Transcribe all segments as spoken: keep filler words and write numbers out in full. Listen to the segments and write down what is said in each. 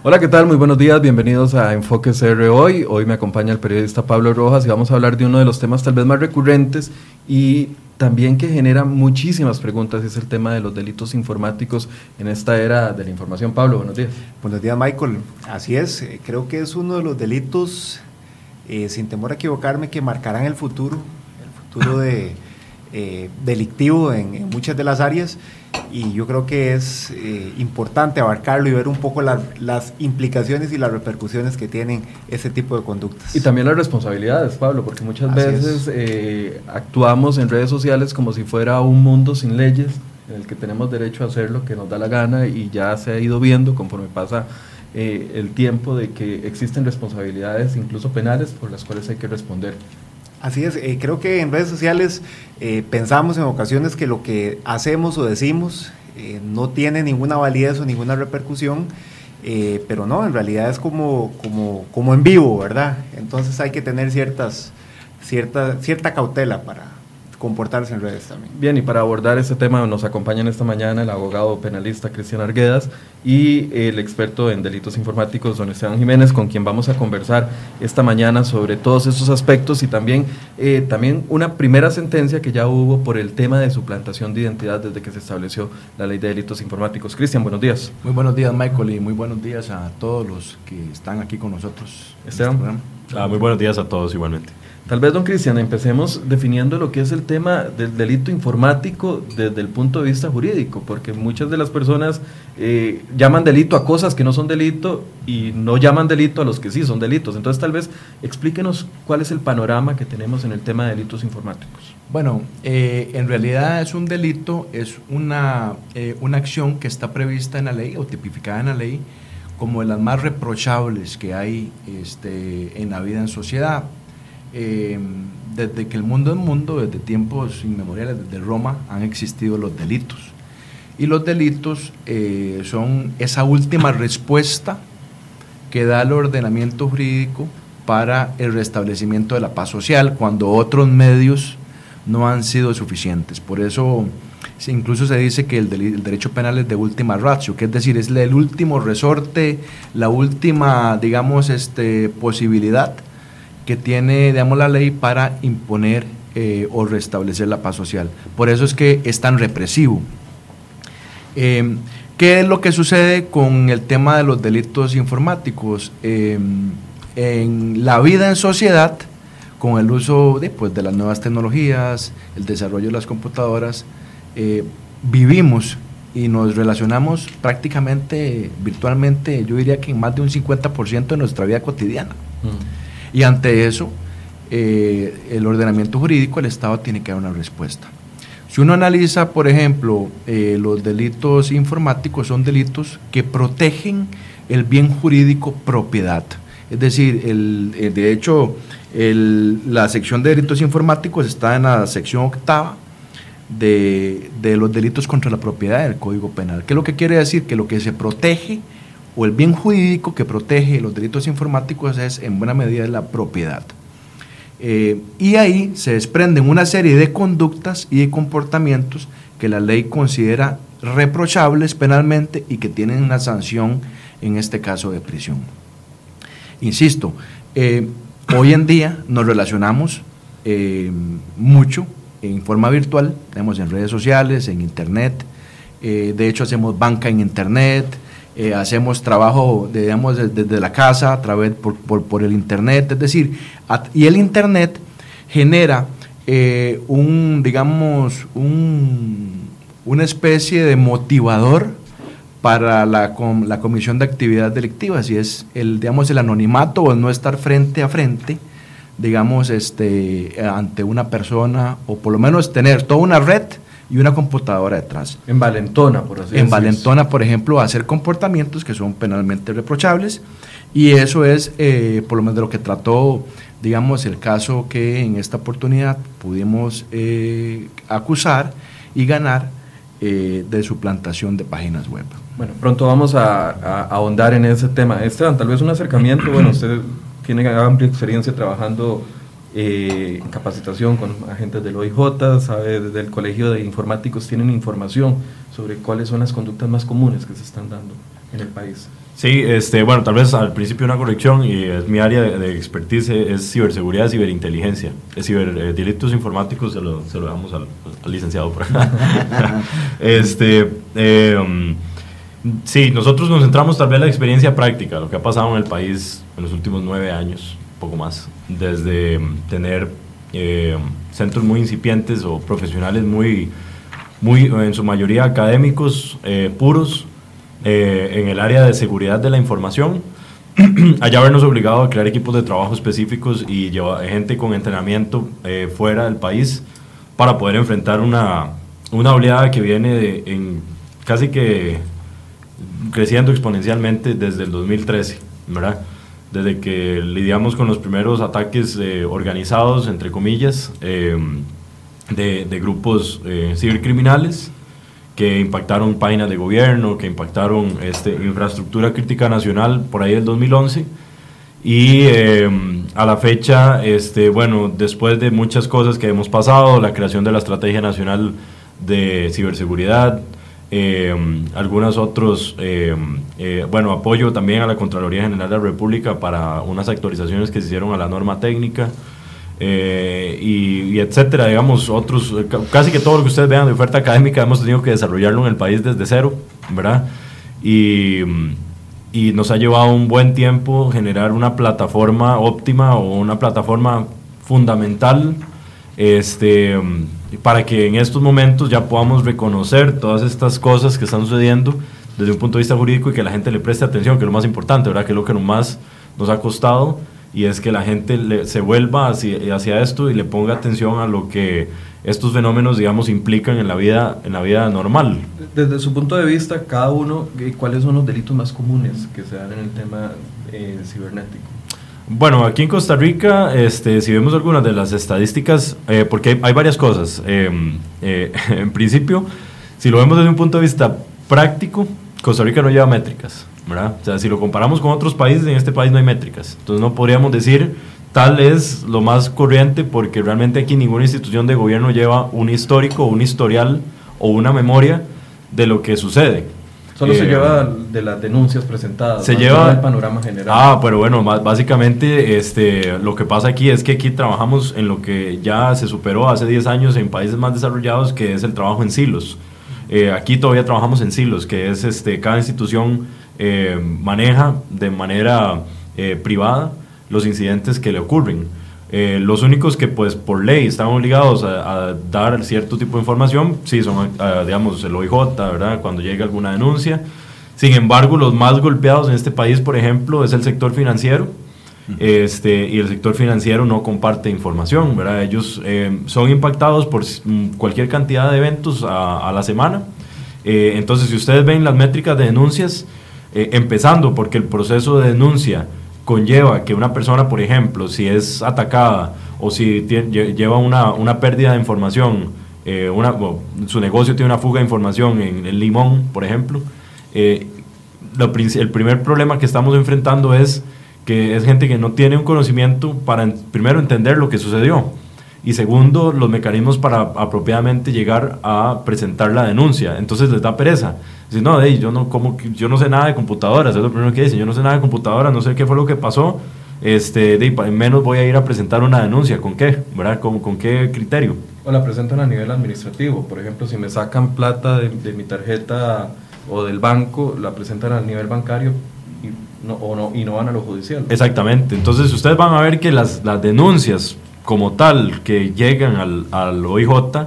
Hola, ¿qué tal? Muy buenos días, bienvenidos a Enfoque C R Hoy. Hoy me acompaña el periodista Pablo Rojas y vamos a hablar de uno de los temas tal vez más recurrentes y también que genera muchísimas preguntas, es el tema de los delitos informáticos en esta era de la información. Pablo, buenos días. Buenos días, Michael. Así es, eh, creo que es uno de los delitos, eh, sin temor a equivocarme, que marcarán el futuro, el futuro de, eh, delictivo en, en muchas de las áreas. Y yo creo que es eh, importante abarcarlo y ver un poco la, las implicaciones y las repercusiones que tienen ese tipo de conductas. Y también las responsabilidades, Pablo, porque muchas Así veces eh, actuamos en redes sociales como si fuera un mundo sin leyes, en el que tenemos derecho a hacer lo que nos da la gana, y ya se ha ido viendo conforme pasa eh, el tiempo de que existen responsabilidades, incluso penales, por las cuales hay que responder. Así es, eh, creo que en redes sociales eh, pensamos en ocasiones que lo que hacemos o decimos eh, no tiene ninguna validez o ninguna repercusión, eh, pero no, en realidad es como, como, como en vivo, ¿verdad? Entonces hay que tener ciertas, cierta, cierta cautela para comportarse en redes también. Bien, y para abordar este tema nos acompañan esta mañana el abogado penalista Cristian Arguedas y el experto en delitos informáticos don Esteban Jiménez, con quien vamos a conversar esta mañana sobre todos estos aspectos y también, eh, también una primera sentencia que ya hubo por el tema de suplantación de identidad desde que se estableció la ley de delitos informáticos. Cristian, buenos días. Muy buenos días, Michael, y muy buenos días a todos los que están aquí con nosotros. Esteban. Este ah, muy buenos días a todos igualmente. Tal vez, don Cristian, empecemos definiendo lo que es el tema del delito informático desde el punto de vista jurídico, porque muchas de las personas eh, llaman delito a cosas que no son delito y no llaman delito a los que sí son delitos. Entonces, tal vez explíquenos cuál es el panorama que tenemos en el tema de delitos informáticos. Bueno, eh, en realidad es un delito, es una, eh, una acción que está prevista en la ley o tipificada en la ley como de las más reprochables que hay este, en la vida en sociedad. Eh, desde que el mundo es mundo, desde tiempos inmemoriales, desde Roma, han existido los delitos. Y los delitos eh, son esa última respuesta que da el ordenamiento jurídico para el restablecimiento de la paz social, cuando otros medios no han sido suficientes. Por eso incluso se dice que el, del, el derecho penal es de última ratio, que es decir, es el último resorte, la última, digamos, este, posibilidad que tiene, digamos, la ley para imponer eh, o restablecer la paz social. Por eso es que es tan represivo. Eh, ¿Qué es lo que sucede con el tema de los delitos informáticos? Eh, en la vida en sociedad, con el uso de, pues, de las nuevas tecnologías, el desarrollo de las computadoras, eh, vivimos y nos relacionamos prácticamente virtualmente, yo diría que en más de un cincuenta por ciento de nuestra vida cotidiana. Mm. Y ante eso, eh, el ordenamiento jurídico, el Estado tiene que dar una respuesta. Si uno analiza, por ejemplo, eh, los delitos informáticos, son delitos que protegen el bien jurídico propiedad. Es decir, el, eh, de hecho, el, la sección de delitos informáticos está en la sección octava de, de los delitos contra la propiedad del Código Penal. ¿Qué es lo que quiere decir? Que lo que se protege o el bien jurídico que protege los delitos informáticos es en buena medida la propiedad. Eh, y ahí se desprenden una serie de conductas y de comportamientos que la ley considera reprochables penalmente y que tienen una sanción, en este caso de prisión. Insisto, eh, hoy en día nos relacionamos eh, mucho en forma virtual, tenemos en redes sociales, en internet, eh, de hecho hacemos banca en internet, Eh, hacemos trabajo de, digamos, desde, desde la casa a través por, por, por el internet, es decir, a, y el internet genera eh, un, digamos, un, una especie de motivador para la, com, la comisión de actividades delictivas, y es el, digamos, el anonimato o el no estar frente a frente, digamos, este, ante una persona, o por lo menos tener toda una red y una computadora detrás. Envalentona, por así decirlo. Envalentona, por ejemplo, a hacer comportamientos que son penalmente reprochables, y eso es, eh, por lo menos de lo que trató, digamos, el caso que en esta oportunidad pudimos eh, acusar y ganar eh, de suplantación de páginas web. Bueno, pronto vamos a, a, a ahondar en ese tema. Esteban, tal vez un acercamiento, bueno, usted tiene amplia experiencia trabajando eh, capacitación con agentes del O I J, sabe, desde el Colegio de Informáticos tienen información sobre cuáles son las conductas más comunes que se están dando en el país. Sí, este, bueno, tal vez al principio una corrección, y es mi área de, de expertise, es ciberseguridad y ciberinteligencia. Es ciber, eh, delitos informáticos se lo, se lo damos al, al licenciado por acá. este, eh, um, sí, nosotros nos centramos tal vez en la experiencia práctica, lo que ha pasado en el país en los últimos nueve años, un poco más, desde um, tener eh, centros muy incipientes o profesionales muy, muy en su mayoría académicos eh, puros, Eh, en el área de seguridad de la información, allá habernos obligado a crear equipos de trabajo específicos y llevar gente con entrenamiento eh, fuera del país para poder enfrentar una, una oleada que viene de, en, casi que creciendo exponencialmente desde el dos mil trece, ¿verdad? Desde que lidiamos con los primeros ataques eh, organizados, entre comillas, eh, de, de grupos eh, cibercriminales que impactaron páginas de gobierno, que impactaron este, infraestructura crítica nacional por ahí del dos mil once, y eh, a la fecha, este, bueno, después de muchas cosas que hemos pasado, la creación de la Estrategia Nacional de Ciberseguridad, eh, algunos otros, eh, eh, bueno, apoyo también a la Contraloría General de la República para unas actualizaciones que se hicieron a la norma técnica, Eh, y, y etcétera, digamos, otros, casi que todo lo que ustedes vean de oferta académica hemos tenido que desarrollarlo en el país desde cero, ¿verdad? Y, y nos ha llevado un buen tiempo generar una plataforma óptima o una plataforma fundamental, este, para que en estos momentos ya podamos reconocer todas estas cosas que están sucediendo desde un punto de vista jurídico y que la gente le preste atención, que es lo más importante, ¿verdad? Que es lo que más nos ha costado, y es que la gente le, se vuelva hacia, hacia esto y le ponga atención a lo que estos fenómenos, digamos, implican en la vida, en la vida normal. Desde su punto de vista, cada uno, ¿cuáles son los delitos más comunes que se dan en el tema eh, cibernético? Bueno, aquí en Costa Rica, este, si vemos algunas de las estadísticas, eh, porque hay, hay varias cosas. Eh, eh, en principio, si lo vemos desde un punto de vista práctico, Costa Rica no lleva métricas, ¿verdad? O sea, si lo comparamos con otros países, en este país no hay métricas. Entonces no podríamos decir tal es lo más corriente, porque realmente aquí ninguna institución de gobierno lleva un histórico, un historial o una memoria de lo que sucede. Solo eh, se lleva de las denuncias presentadas. Se lleva el panorama general. Ah, pero bueno, más, básicamente este, lo que pasa aquí es que aquí trabajamos en lo que ya se superó hace diez años en países más desarrollados, que es el trabajo en silos. Eh, aquí todavía trabajamos en silos, que es este, cada institución eh, maneja de manera eh, privada los incidentes que le ocurren. Eh, los únicos que pues por ley están obligados a, a dar cierto tipo de información, sí, son uh, digamos el O I J, ¿verdad? Cuando llega alguna denuncia. Sin embargo, los más golpeados en este país, por ejemplo, es el sector financiero. Este, y el sector financiero no comparte información, ¿verdad? Ellos eh, son impactados por cualquier cantidad de eventos a, a la semana. Eh, entonces, si ustedes ven las métricas de denuncias, eh, empezando porque el proceso de denuncia conlleva que una persona, por ejemplo, si es atacada o si tiene, lleva una, una pérdida de información, eh, una, bueno, su negocio tiene una fuga de información en el Limón, por ejemplo, eh, lo, el primer problema que estamos enfrentando es que es gente que no tiene un conocimiento para, primero, entender lo que sucedió, y segundo, los mecanismos para apropiadamente llegar a presentar la denuncia. Entonces les da pereza. Dicen, no, hey, yo, no, como, yo no sé nada de computadoras, es lo primero que dicen, yo no sé nada de computadoras, no sé qué fue lo que pasó, este, de, menos voy a ir a presentar una denuncia. ¿Con qué? ¿Verdad? ¿Con, con qué criterio? O la presentan a nivel administrativo. Por ejemplo, si me sacan plata de, de mi tarjeta o del banco, la presentan a nivel bancario y no, o no, y no van a lo judicial. Exactamente. Entonces ustedes van a ver que las, las denuncias como tal que llegan al, al O I J,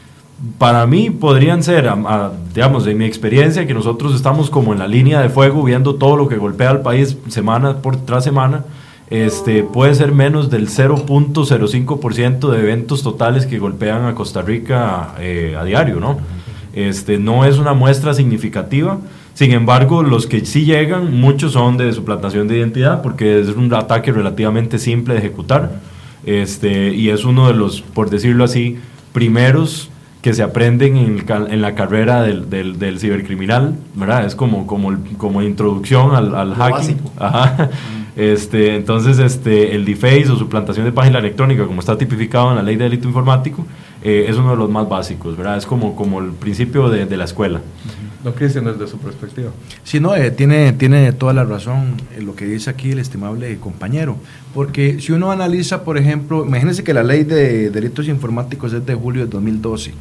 para mí podrían ser, a, a, digamos, en mi experiencia, que nosotros estamos como en la línea de fuego viendo todo lo que golpea al país semana por tras semana, este, puede ser menos del cero punto cero cinco por ciento de eventos totales que golpean a Costa Rica eh, a diario, ¿no? Este, no es una muestra significativa. Sin embargo, los que sí llegan, muchos son de suplantación de identidad, porque es un ataque relativamente simple de ejecutar. Este, y es uno de los, por decirlo así, primeros que se aprenden en, el, en la carrera del, del, del cibercriminal, ¿verdad? Es como, como, el, como introducción al, al hacking. Ajá. Este, entonces, este, el deface o suplantación de página electrónica, como está tipificado en la ley de delito informático, eh, es uno de los más básicos, ¿verdad? Es como, como el principio de, de la escuela. No, Cristian, desde su perspectiva. Sí, no, eh, tiene, tiene toda la razón en lo que dice aquí el estimable compañero, porque si uno analiza, por ejemplo, imagínense que la ley de delitos informáticos es de julio de dos mil doce,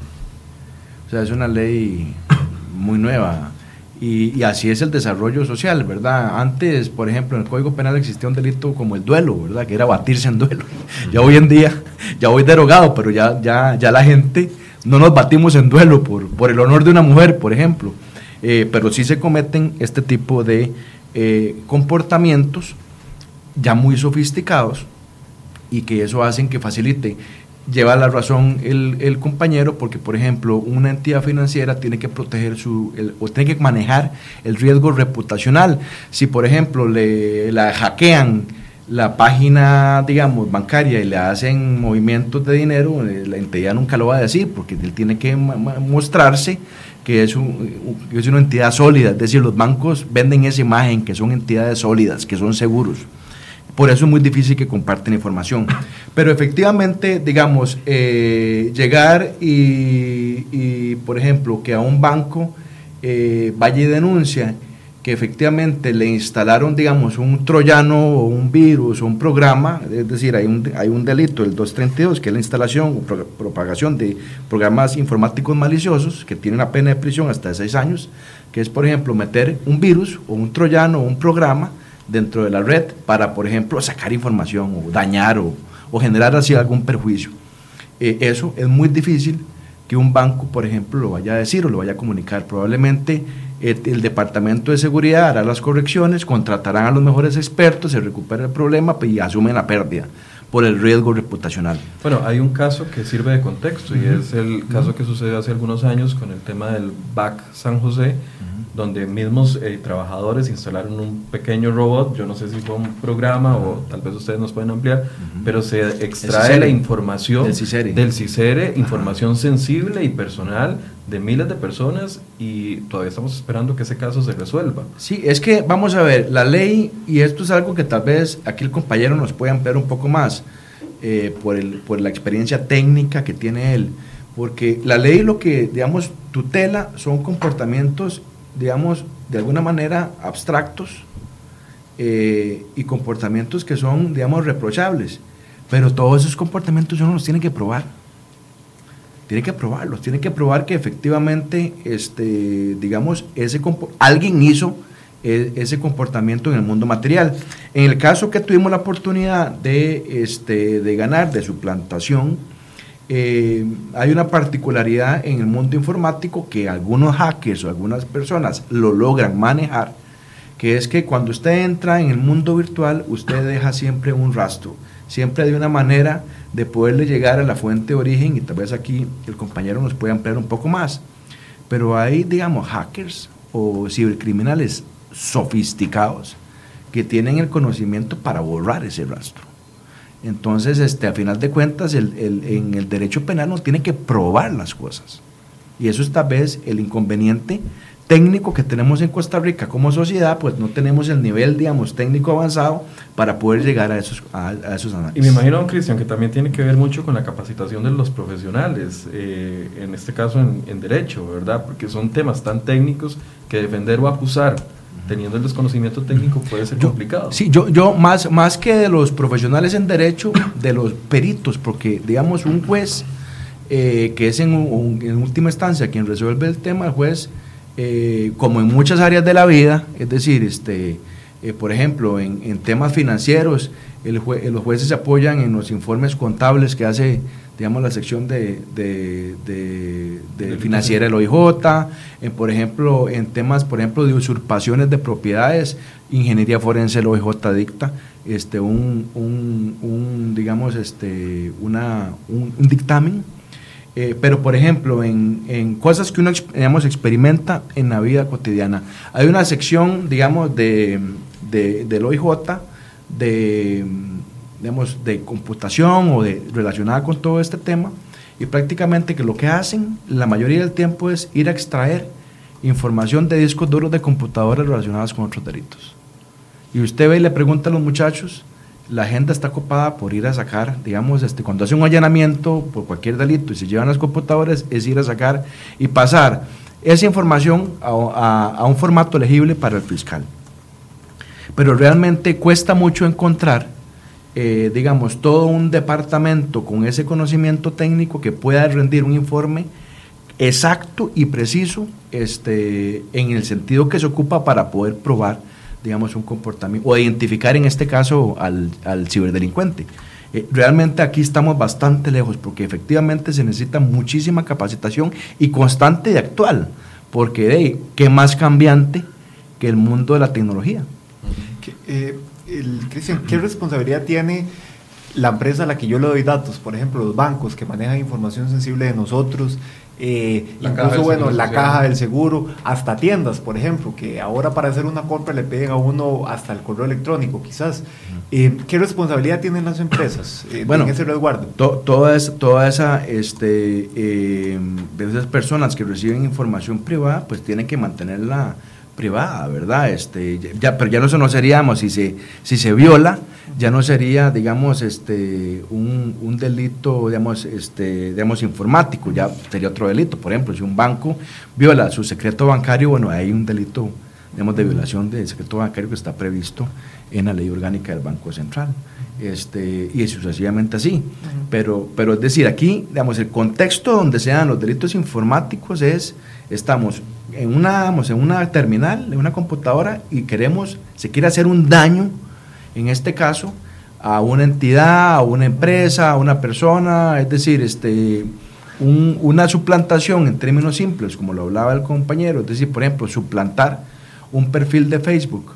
o sea, es una ley muy nueva, y, y así es el desarrollo social, ¿verdad? Antes, por ejemplo, en el Código Penal existía un delito como el duelo, ¿verdad? Que era batirse en duelo. Ya hoy en día, ya hoy derogado, pero ya, ya, ya la gente no nos batimos en duelo por, por el honor de una mujer, por ejemplo. Eh, pero sí se cometen este tipo de eh, comportamientos ya muy sofisticados y que eso hacen que facilite. Lleva la razón el, el compañero porque, por ejemplo, una entidad financiera tiene que proteger su, el, o tiene que manejar el riesgo reputacional. Si, por ejemplo, le la hackean la página, digamos, bancaria y le hacen movimientos de dinero, la entidad nunca lo va a decir porque él tiene que mostrarse que es, un, que es una entidad sólida, es decir, los bancos venden esa imagen, que son entidades sólidas, que son seguros. Por eso es muy difícil que comparten información. Pero efectivamente, digamos, eh, llegar y, y, por ejemplo, que a un banco eh, vaya y denuncia que efectivamente le instalaron, digamos, un troyano o un virus o un programa, es decir, hay un, hay un delito, el doscientos treinta y dos, que es la instalación o pro, propagación de programas informáticos maliciosos, que tiene una pena de prisión hasta de seis años, que es, por ejemplo, meter un virus o un troyano o un programa dentro de la red para, por ejemplo, sacar información o dañar o, o generar así algún perjuicio. Eh, eso es muy difícil que un banco, por ejemplo, lo vaya a decir o lo vaya a comunicar. Probablemente el, el Departamento de Seguridad hará las correcciones, contratarán a los mejores expertos, se recupera el problema y asumen la pérdida por el riesgo reputacional. Bueno, hay un caso que sirve de contexto y uh-huh. es el caso que sucedió hace algunos años con el tema del B A C San José, donde mismos eh, trabajadores instalaron un pequeño robot, yo no sé si fue un programa o tal vez ustedes nos pueden ampliar, uh-huh. pero se extrae la información del CICERE, del CICERE información sensible y personal de miles de personas y todavía estamos esperando que ese caso se resuelva. Sí, es que vamos a ver, la ley, y esto es algo que tal vez aquí el compañero nos puede ampliar un poco más, eh, por, el, por la experiencia técnica que tiene él, porque la ley lo que, digamos, tutela son comportamientos, digamos, de alguna manera abstractos eh, y comportamientos que son, digamos, reprochables, pero todos esos comportamientos uno los tiene que probar, tiene que probarlos, tiene que probar que efectivamente, este, digamos, ese alguien hizo e ese comportamiento en el mundo material. En el caso que tuvimos la oportunidad de, este, de ganar, de suplantación, Eh, hay una particularidad en el mundo informático que algunos hackers o algunas personas lo logran manejar, que es que cuando usted entra en el mundo virtual, usted deja siempre un rastro, siempre hay una manera de poderle llegar a la fuente de origen, y tal vez aquí el compañero nos puede ampliar un poco más, pero hay, digamos, hackers o cibercriminales sofisticados que tienen el conocimiento para borrar ese rastro. Entonces, este, a final de cuentas, el, el, en el derecho penal no tiene que probar las cosas. Y eso es tal vez el inconveniente técnico que tenemos en Costa Rica como sociedad, pues no tenemos el nivel, digamos, técnico avanzado para poder llegar a esos, a, a esos análisis. Y me imagino, don Cristian, que también tiene que ver mucho con la capacitación de los profesionales, eh, en este caso en, en derecho, ¿verdad? Porque son temas tan técnicos que defender o acusar teniendo el desconocimiento técnico puede ser yo, complicado. Sí, yo, yo más, más que de los profesionales en derecho, de los peritos, porque digamos un juez, eh, que es en, un, en última instancia quien resuelve el tema, el juez, eh, como en muchas áreas de la vida, es decir, este, eh, por ejemplo, en, en temas financieros, el jue, los jueces se apoyan en los informes contables que hace, digamos, la sección de, de, de, de financiera del O I J, en, por ejemplo, en temas, por ejemplo, de usurpaciones de propiedades, ingeniería forense, el O I J dicta este, un, un, un digamos, este, una, un, un dictamen, eh, pero, por ejemplo, en, en cosas que uno, digamos, experimenta en la vida cotidiana, hay una sección, digamos, de, de, del O I J, de... digamos, de computación o de relacionada con todo este tema, y prácticamente que lo que hacen la mayoría del tiempo es ir a extraer información de discos duros de computadoras relacionadas con otros delitos. Y usted ve y le pregunta a los muchachos, la agenda está ocupada por ir a sacar, digamos, este, cuando hace un allanamiento por cualquier delito y se llevan las computadoras, es ir a sacar y pasar esa información a, a, a un formato legible para el fiscal. Pero realmente cuesta mucho encontrar, eh, digamos, todo un departamento con ese conocimiento técnico que pueda rendir un informe exacto y preciso, este, en el sentido que se ocupa para poder probar, digamos, un comportamiento, o identificar en este caso al, al ciberdelincuente. Eh, realmente aquí estamos bastante lejos, porque efectivamente se necesita muchísima capacitación y constante y actual, porque hey, qué más cambiante que el mundo de la tecnología. Eh, el, Cristian, ¿qué responsabilidad tiene la empresa a la que yo le doy datos? Por ejemplo, los bancos que manejan información sensible de nosotros, eh, incluso, bueno, la caja del seguro, hasta tiendas, por ejemplo, que ahora para hacer una compra le piden a uno hasta el correo electrónico, quizás. Eh, ¿Qué responsabilidad tienen las empresas eh, bueno, en ese resguardo? To, toda, esa, toda esa, este, eh, esas personas que reciben información privada, pues tienen que mantenerla privada, ¿verdad? Este, ya, pero ya no, eso no seríamos, si se, si se viola, ya no sería, digamos, este, un, un delito, digamos, este, digamos, informático, ya sería otro delito. Por ejemplo, si un banco viola su secreto bancario, bueno, hay un delito, digamos, de violación del secreto bancario que está previsto en la ley orgánica del Banco Central, este, y sucesivamente así. Uh-huh. Pero, pero es decir, aquí, digamos, el contexto donde se dan los delitos informáticos es, estamos en una, digamos, en una terminal, en una computadora, y queremos, se quiere hacer un daño, en este caso, a una entidad, a una empresa, a una persona, es decir, este, un, una suplantación en términos simples, como lo hablaba el compañero, es decir, por ejemplo, suplantar un perfil de Facebook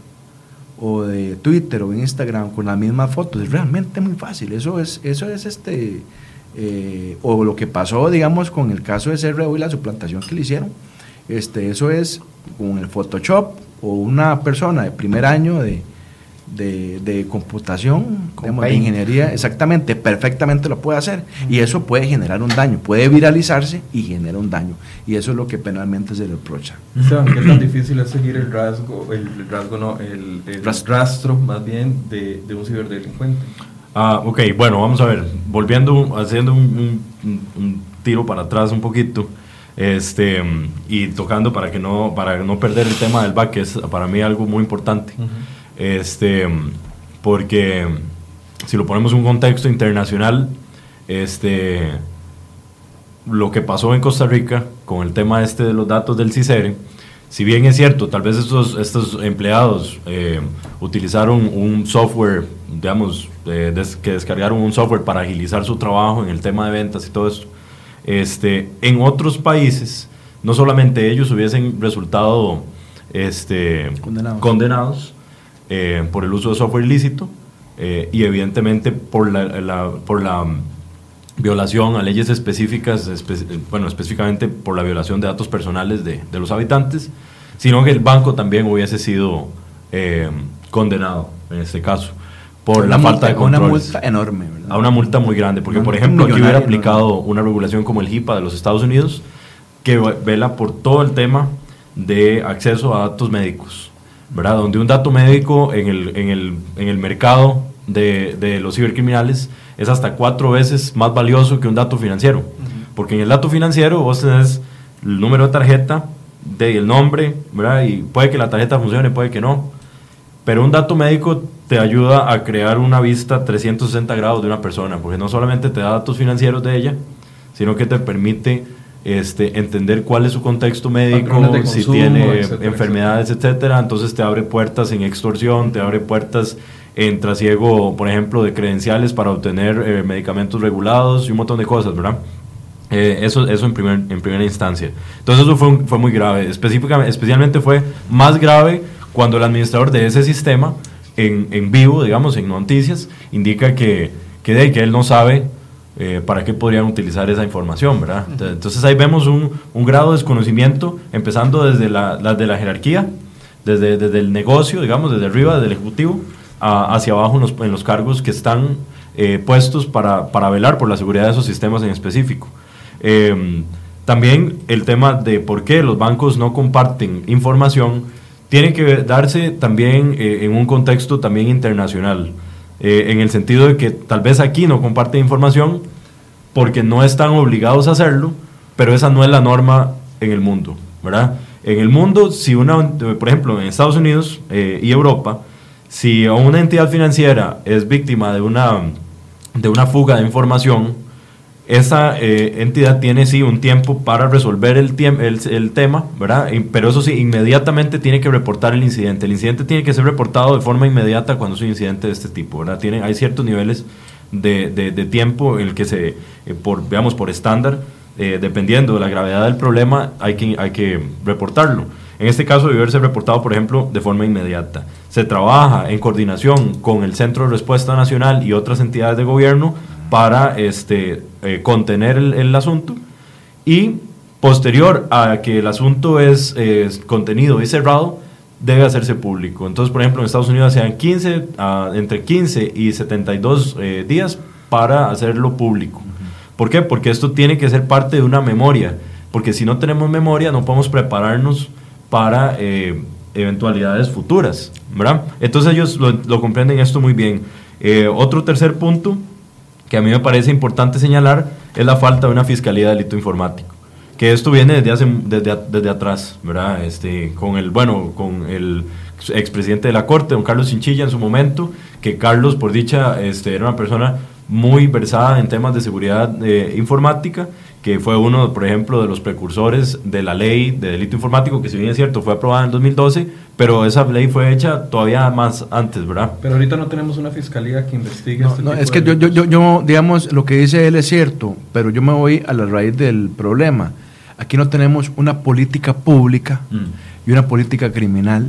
o de Twitter o de Instagram con las mismas fotos, es realmente muy fácil. Eso es, eso es este, eh, o lo que pasó, digamos, con el caso de C R U y la suplantación que le hicieron, este, eso es con el Photoshop, o una persona de primer año de, de, de computación, digamos, de ingeniería, exactamente, perfectamente lo puede hacer, uh-huh. Y eso puede generar un daño, puede viralizarse y genera un daño, y eso es lo que penalmente se le reprocha. Esteban, ¿qué tan difícil es seguir el rasgo, el, el rasgo no, el, el rastro. rastro más bien de, de un ciberdelincuente? Ah, ok, bueno, vamos a ver, volviendo, haciendo un, un, un tiro para atrás un poquito, este, y tocando para que no, para no perder el tema del B A C, que es para mí algo muy importante. Uh-huh. Este, porque si lo ponemos en un contexto internacional, este, lo que pasó en Costa Rica con el tema este de los datos del CICERE, si bien es cierto, tal vez estos, estos empleados eh, utilizaron un software, digamos, eh, des, que descargaron un software para agilizar su trabajo en el tema de ventas y todo esto, este, en otros países, no solamente ellos hubiesen resultado este, condenados, condenados eh, por el uso de software ilícito, eh, y evidentemente por la, la, por la violación a leyes específicas, espe, bueno, específicamente por la violación de datos personales de, de los habitantes, sino que el banco también hubiese sido eh, condenado en este caso por la falta de controles. Una multa enorme, ¿verdad? A una multa muy grande, porque por ejemplo aquí hubiera aplicado una regulación como el HIPAA de los Estados Unidos, que vela por todo el tema de acceso a datos médicos, ¿verdad? Donde un dato médico en el, en el, en el mercado de, de los cibercriminales es hasta cuatro veces más valioso que un dato financiero, uh-huh. Porque en el dato financiero vos tenés el número de tarjeta, de, el nombre, ¿verdad? Y puede que la tarjeta funcione, puede que no, pero un dato médico te ayuda a crear una vista trescientos sesenta grados de una persona, porque no solamente te da datos financieros de ella, sino que te permite este, entender cuál es su contexto médico, consumo, si tiene etcétera, enfermedades, etcétera. etcétera. Entonces te abre puertas en extorsión, te abre puertas en trasiego, por ejemplo, de credenciales para obtener eh, medicamentos regulados y un montón de cosas, ¿verdad? Eh, eso eso en, primer, en primera instancia. Entonces eso fue, fue muy grave. Específicamente, especialmente fue más grave cuando el administrador de ese sistema, en, en vivo, digamos, en noticias, indica que, que, de, que él no sabe eh, para qué podrían utilizar esa información, ¿verdad? Entonces ahí vemos un, un grado de desconocimiento, empezando desde la, la, de la jerarquía, desde, desde el negocio, digamos, desde arriba, desde el ejecutivo, a, hacia abajo en los, en los cargos que están eh, puestos para, para velar por la seguridad de esos sistemas en específico. Eh, también el tema de por qué los bancos no comparten información tiene que darse también eh, en un contexto también internacional, eh, en el sentido de que tal vez aquí no comparten información porque no están obligados a hacerlo, pero esa no es la norma en el mundo, ¿verdad? En el mundo, si una, por ejemplo, en Estados Unidos eh, y Europa, si una entidad financiera es víctima de una, de una fuga de información, esa eh, entidad tiene sí un tiempo para resolver el, el, el tema, ¿verdad? Pero eso sí, inmediatamente tiene que reportar el incidente. El incidente tiene que ser reportado de forma inmediata cuando es un incidente de este tipo, ¿verdad? Tiene, hay ciertos niveles de, de, de tiempo en el que se, eh, por, veamos, por estándar, eh, dependiendo de la gravedad del problema, hay que, hay que reportarlo. En este caso debe ser reportado, por ejemplo, de forma inmediata. Se trabaja en coordinación con el Centro de Respuesta Nacional y otras entidades de gobierno para este, eh, contener el, el asunto, y posterior a que el asunto es eh, contenido y cerrado, debe hacerse público. Entonces, por ejemplo, en Estados Unidos se dan quince, uh, entre quince y setenta y dos eh, días para hacerlo público. Uh-huh. ¿Por qué? Porque esto tiene que ser parte de una memoria, porque si no tenemos memoria no podemos prepararnos para eh, eventualidades futuras, ¿verdad? Entonces ellos lo, lo comprenden esto muy bien. Eh, otro tercer punto que a mí me parece importante señalar es la falta de una fiscalía de delito informático, que esto viene desde hace, desde, desde atrás, ¿verdad? Este, con el, bueno, con el expresidente de la Corte, don Carlos Chinchilla, en su momento, que Carlos, por dicha, este, era una persona muy versada en temas de seguridad eh, informática, que fue uno, por ejemplo, de los precursores de la ley de delito informático, que si bien es cierto, fue aprobada en dos mil doce, pero esa ley fue hecha todavía más antes, ¿verdad? Pero ahorita no tenemos una fiscalía que investigue no, este no, tipo es de que yo, yo, yo, yo, digamos, lo que dice él es cierto, pero yo me voy a la raíz del problema. Aquí no tenemos una política pública mm. y una política criminal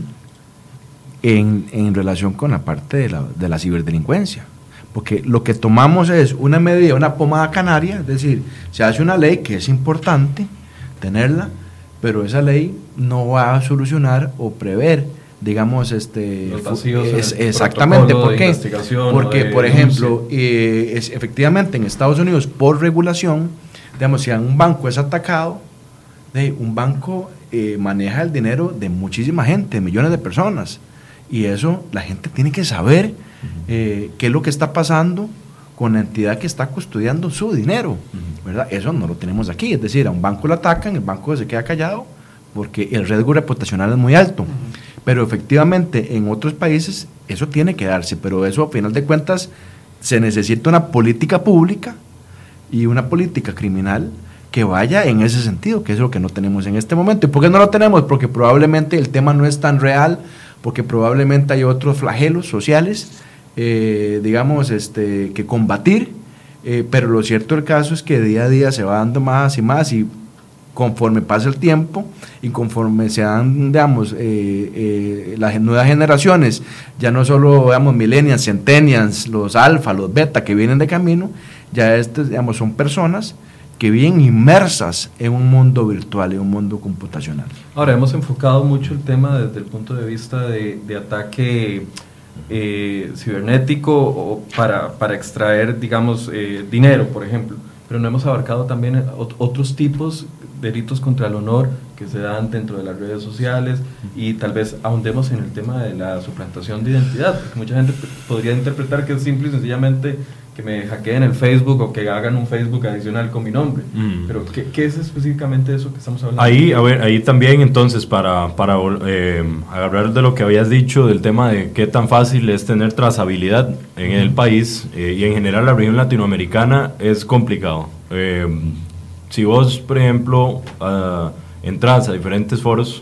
en, en relación con la parte de la, de la ciberdelincuencia. Porque lo que tomamos es una medida, una pomada canaria, es decir, se hace una ley que es importante tenerla, pero esa ley no va a solucionar o prever, digamos, este los vacíos es, exactamente. ¿Por qué? Porque, por ejemplo, eh, es, efectivamente en Estados Unidos, por regulación, digamos, si un banco es atacado, de, un banco eh, maneja el dinero de muchísima gente, millones de personas, y eso la gente tiene que saber eh, qué es lo que está pasando con la entidad que está custodiando su dinero, ¿verdad? Eso no lo tenemos aquí, es decir, a un banco lo atacan, el banco se queda callado porque el riesgo reputacional es muy alto, pero efectivamente en otros países eso tiene que darse, pero eso a final de cuentas se necesita una política pública y una política criminal que vaya en ese sentido, que es lo que no tenemos en este momento. ¿Y por qué no lo tenemos? Porque probablemente el tema no es tan real, porque probablemente hay otros flagelos sociales, eh, digamos, este, que combatir, eh, pero lo cierto del caso es que día a día se va dando más y más, y conforme pasa el tiempo y conforme se dan, digamos, eh, eh, las nuevas generaciones, ya no solo, digamos, millennials, centennials, los alfa, los beta que vienen de camino, ya estos, digamos, son personas que viven inmersas en un mundo virtual, en un mundo computacional. Ahora, hemos enfocado mucho el tema desde el punto de vista de, de ataque eh, cibernético o para, para extraer, digamos, eh, dinero, por ejemplo, pero no hemos abarcado también otros tipos de delitos contra el honor que se dan dentro de las redes sociales, y tal vez ahondemos en el tema de la suplantación de identidad, porque mucha gente podría interpretar que es simple y sencillamente que me hackeen el Facebook o que hagan un Facebook adicional con mi nombre. Mm. Pero ¿qué, ¿qué es específicamente eso que estamos hablando? Ahí, a ver, ahí también entonces para, para eh, agarrar de lo que habías dicho del tema de qué tan fácil es tener trazabilidad en mm. el país eh, y en general la región latinoamericana es complicado. Eh, si vos, por ejemplo, uh, entras a diferentes foros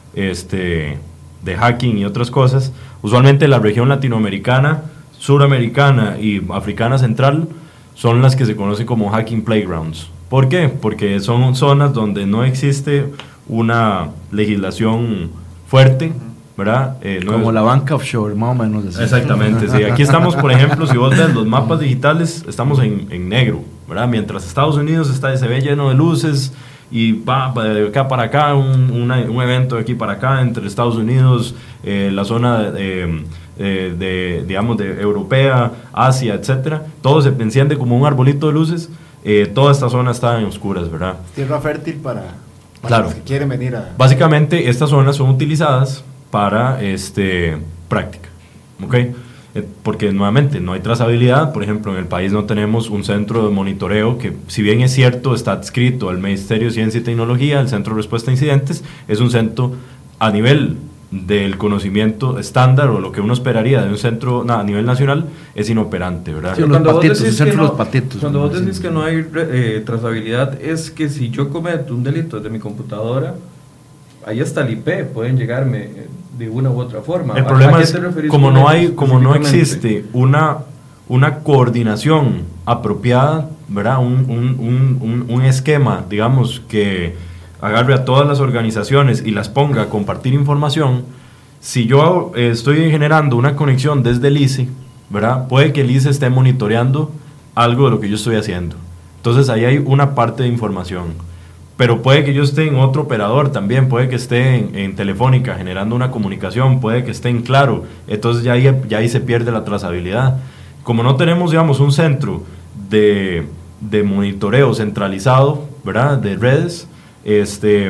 este, de hacking y otras cosas, usualmente la región latinoamericana, suramericana y africana central son las que se conocen como hacking playgrounds. ¿Por qué? Porque son zonas donde no existe una legislación fuerte, ¿verdad? Eh, no como es... la banca offshore, más o menos. Así. Exactamente, sí. Aquí estamos, por ejemplo, si vos ves los mapas digitales, estamos en, en negro, ¿verdad? Mientras Estados Unidos está, se ve lleno de luces y va de acá para acá, un, una, un evento de aquí para acá, entre Estados Unidos, eh, la zona de... Eh, Eh, de, digamos, de europea, Asia, etcétera, todo se enciende como un arbolito de luces. eh, toda esta zona está en oscuras, ¿verdad? Tierra fértil para, para claro. los que quieren venir a... Básicamente, estas zonas son utilizadas para este, práctica, ¿ok? Eh, porque nuevamente no hay trazabilidad. Por ejemplo, en el país no tenemos un centro de monitoreo que, si bien es cierto, está adscrito al Ministerio de Ciencia y Tecnología, el Centro de Respuesta a Incidentes, es un centro a nivel del conocimiento estándar o lo que uno esperaría de un centro na, a nivel nacional, es inoperante, ¿verdad? Sí, los cuando patitos, vos decís, el que centro no, de los patitos, cuando vos sí. decís que no hay eh, trazabilidad, es que si yo cometo un delito desde mi computadora, ahí está el I P, pueden llegarme de una u otra forma. El problema ¿A es, qué te referís como con no eso hay, como no específicamente? existe una, una coordinación apropiada, ¿verdad? Un, un, un, un, un esquema, digamos, que agarre a todas las organizaciones y las ponga a compartir información. Si yo eh, estoy generando una conexión desde el I C E, ¿verdad? Puede que el I C E esté monitoreando algo de lo que yo estoy haciendo. Entonces ahí hay una parte de información. Pero puede que yo esté en otro operador también, puede que esté en, en Telefónica generando una comunicación, puede que esté en Claro. Entonces ya ahí, ya ahí se pierde la trazabilidad. Como no tenemos, digamos, un centro de, de monitoreo centralizado, ¿verdad? De redes, este...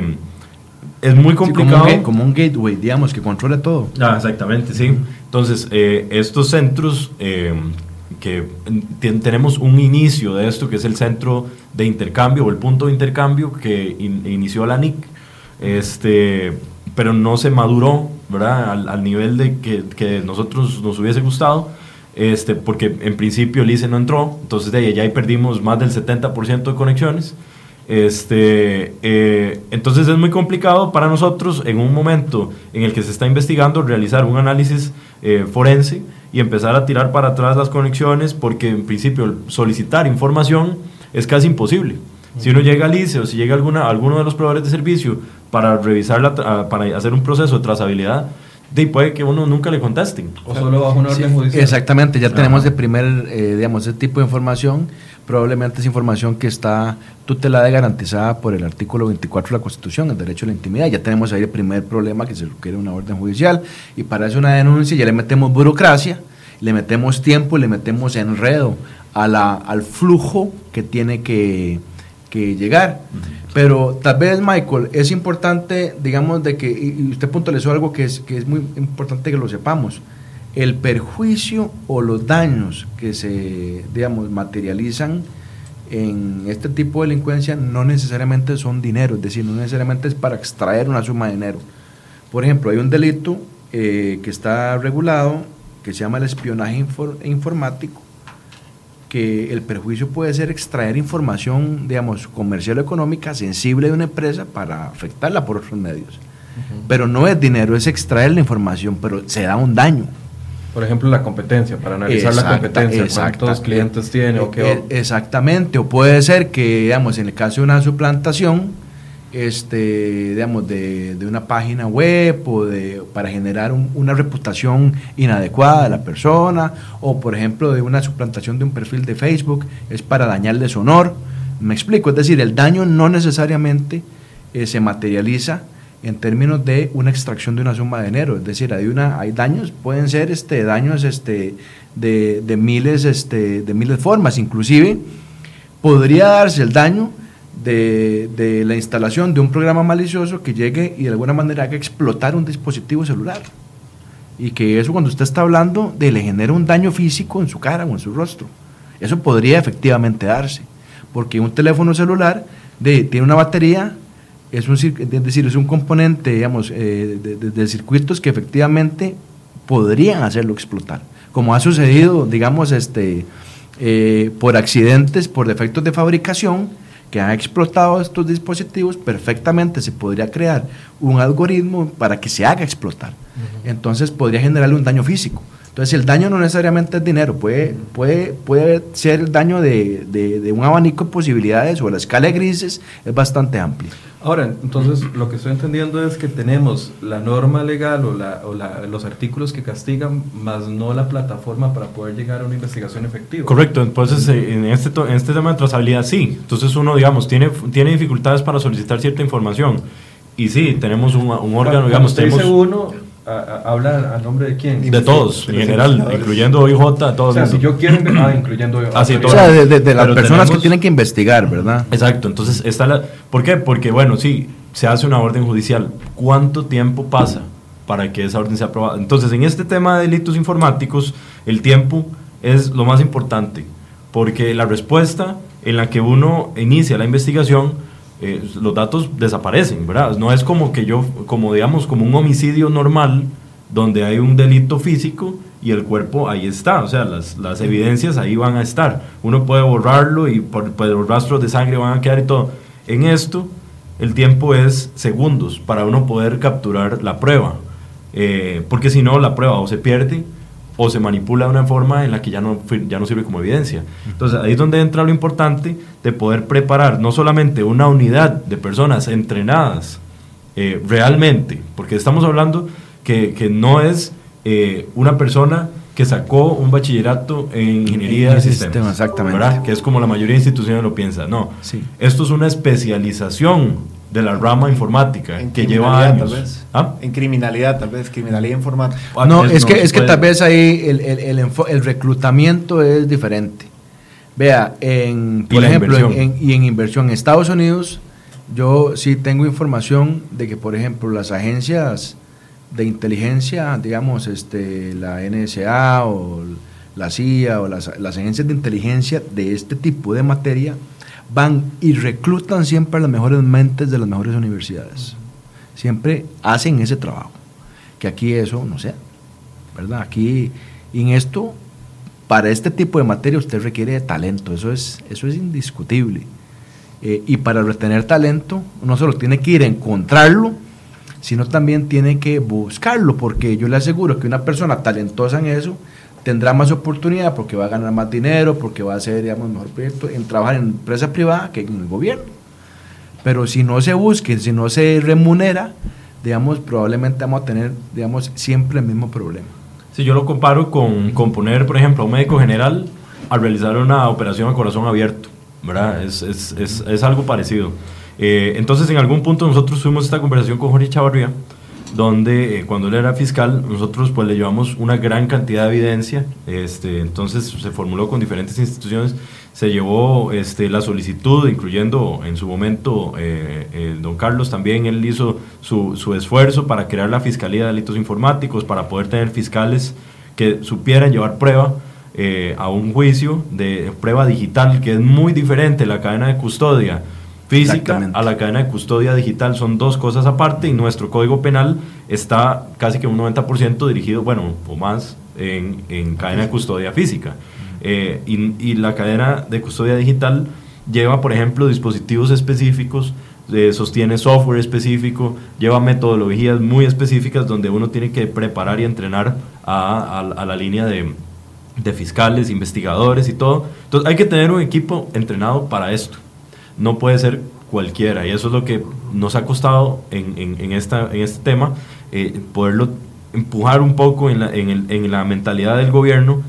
es muy complicado. Sí, como, un, como un gateway, digamos, que controle todo. Ah, exactamente, sí. Entonces, eh, estos centros, eh, que ten, tenemos un inicio de esto, que es el centro de intercambio, o el punto de intercambio que in, inició la N I C, este, pero no se maduró, ¿verdad? Al, al nivel de que, que nosotros nos hubiese gustado, este, porque en principio el I C E no entró, entonces de ahí ya ahí perdimos más del setenta por ciento de conexiones. Este, eh, entonces es muy complicado para nosotros en un momento en el que se está investigando realizar un análisis eh, forense y empezar a tirar para atrás las conexiones, porque en principio solicitar información es casi imposible. Si uno llega al I C E o si llega a alguna, alguno de los proveedores de servicio para revisar la, para hacer un proceso de trazabilidad, de puede que uno nunca le contesten. O solo bajo una orden Sí, judicial. exactamente, ya Ajá. tenemos el primer, eh, digamos, ese tipo de información. Probablemente es información que está tutelada y garantizada por el artículo veinticuatro de la Constitución, el derecho a la intimidad. Ya tenemos ahí el primer problema, que se requiere una orden judicial, y para eso una denuncia ya le metemos burocracia, le metemos tiempo, le metemos enredo a la, al flujo que tiene que, que llegar. Pero tal vez, Michael, es importante, digamos, de que, y usted puntualizó algo que es, que es muy importante que lo sepamos: el perjuicio o los daños que se, digamos, materializan en este tipo de delincuencia no necesariamente son dinero, es decir, no necesariamente es para extraer una suma de dinero. Por ejemplo, hay un delito eh, que está regulado, que se llama el espionaje infor, informático, que el perjuicio puede ser extraer información, digamos, comercial o económica sensible de una empresa para afectarla por otros medios. Uh-huh. Pero no es dinero, es extraer la información, pero se da un daño. Por ejemplo, la competencia, para analizar exacta, la competencia, exacta, cuántos clientes tiene o qué. Exactamente, o puede ser que, digamos, en el caso de una suplantación, este, digamos, de, de una página web o de, para generar un, una reputación inadecuada de la persona, o por ejemplo de una suplantación de un perfil de Facebook, es para dañarle su honor. Me explico, es decir, el daño no necesariamente eh, se materializa en términos de una extracción de una suma de dinero, es decir, hay una, hay daños, pueden ser este, daños este, de, de miles, este, de miles formas, inclusive podría darse el daño de, de la instalación de un programa malicioso que llegue y de alguna manera haga explotar un dispositivo celular, y que eso, cuando usted está hablando, de le genera un daño físico en su cara o en su rostro. Eso podría efectivamente darse, porque un teléfono celular de, tiene una batería. Es, un, es decir, es un componente, digamos, eh, de, de, de circuitos que efectivamente podrían hacerlo explotar, como ha sucedido, digamos, este, eh, por accidentes, por defectos de fabricación, que han explotado estos dispositivos. Perfectamente se podría crear un algoritmo para que se haga explotar. Uh-huh. Entonces podría generarle un daño físico. Entonces el daño no necesariamente es dinero, puede, puede, puede ser el daño de, de, de un abanico de posibilidades, o la escala de grises es bastante amplia. Ahora, entonces lo que estoy entendiendo es que tenemos la norma legal o, la, o la, los artículos que castigan, más no la plataforma para poder llegar a una investigación efectiva. Correcto, entonces en este, en este tema de trazabilidad sí, entonces uno, digamos, tiene, tiene dificultades para solicitar cierta información, y sí, tenemos un, un órgano, digamos, usted tenemos... dice uno, a, a, ¿habla a nombre de quién? De todos, en general, incluyendo O I J, todos. O sea, si yo quiero... Ah, incluyendo... Ah, sí, o sea, de, de, de las Pero personas tenemos, que tienen que investigar, ¿verdad? Exacto, entonces está la... ¿Por qué? Porque, bueno, sí, se hace una orden judicial. ¿Cuánto tiempo pasa para que esa orden sea aprobada? Entonces, en este tema de delitos informáticos, el tiempo es lo más importante, porque la respuesta en la que uno inicia la investigación, eh, los datos desaparecen, ¿verdad? No es como que yo, como digamos, como un homicidio normal, donde hay un delito físico y el cuerpo ahí está, o sea, las, las evidencias ahí van a estar. Uno puede borrarlo y por, por los rastros de sangre van a quedar y todo. En esto, el tiempo es segundos para uno poder capturar la prueba, eh, porque si no, la prueba o se pierde o se manipula de una forma en la que ya no, ya no sirve como evidencia. Entonces, ahí es donde entra lo importante de poder preparar no solamente una unidad de personas entrenadas eh, realmente, porque estamos hablando que, que no es eh, una persona que sacó un bachillerato en ingeniería de sistemas, sistema, exactamente, ¿verdad? Que es como la mayoría de instituciones lo piensa. No, sí. Esto es una especialización de la rama informática en que lleva años. Tal vez. ¿Ah? En criminalidad, tal vez, criminalidad informática. No, es, no, que, es que tal vez ahí el, el, el, el reclutamiento es diferente. Vea, en, por ejemplo, en, en, y en inversión en Estados Unidos, yo sí tengo información de que, por ejemplo, las agencias de inteligencia, digamos, este, la N S A o la C I A o las, las agencias de inteligencia de este tipo de materia, van y reclutan siempre a las mejores mentes de las mejores universidades. Siempre hacen ese trabajo. Que aquí eso, no sé, ¿verdad? Aquí, en esto, para este tipo de materia usted requiere de talento, eso es, eso es indiscutible. Eh, y para retener talento, no solo tiene que ir a encontrarlo, sino también tiene que buscarlo, porque yo le aseguro que una persona talentosa en eso tendrá más oportunidad porque va a ganar más dinero, porque va a hacer, digamos, mejor proyecto en trabajar en empresa privada que en el gobierno. Pero si no se busca, si no se remunera, digamos, probablemente vamos a tener, digamos, siempre el mismo problema. Si yo lo comparo con, con poner, por ejemplo, a un médico general a realizar una operación a corazón abierto, ¿verdad? Es, es, es, es algo parecido. Eh, entonces, en algún punto nosotros tuvimos esta conversación con Jorge Chavarría, donde eh, cuando él era fiscal, nosotros pues le llevamos una gran cantidad de evidencia, este, entonces se formuló con diferentes instituciones, se llevó este, la solicitud, incluyendo en su momento eh, eh, don Carlos también, él hizo su, su esfuerzo para crear la Fiscalía de Delitos Informáticos, para poder tener fiscales que supieran llevar prueba eh, a un juicio de prueba digital, que es muy diferente la cadena de custodia física a la cadena de custodia digital, son dos cosas aparte, y nuestro Código Penal está casi que un noventa por ciento dirigido, bueno, o más, en, en cadena de custodia física. Eh, y, y la cadena de custodia digital lleva, por ejemplo, dispositivos específicos, eh, sostiene software específico, lleva metodologías muy específicas donde uno tiene que preparar y entrenar a, a, a la línea de, de fiscales, investigadores y todo. Entonces hay que tener un equipo entrenado para esto. No puede ser cualquiera, y eso es lo que nos ha costado en, en, en, esta, en este tema, eh, poderlo empujar un poco en la, en, el, en la mentalidad del gobierno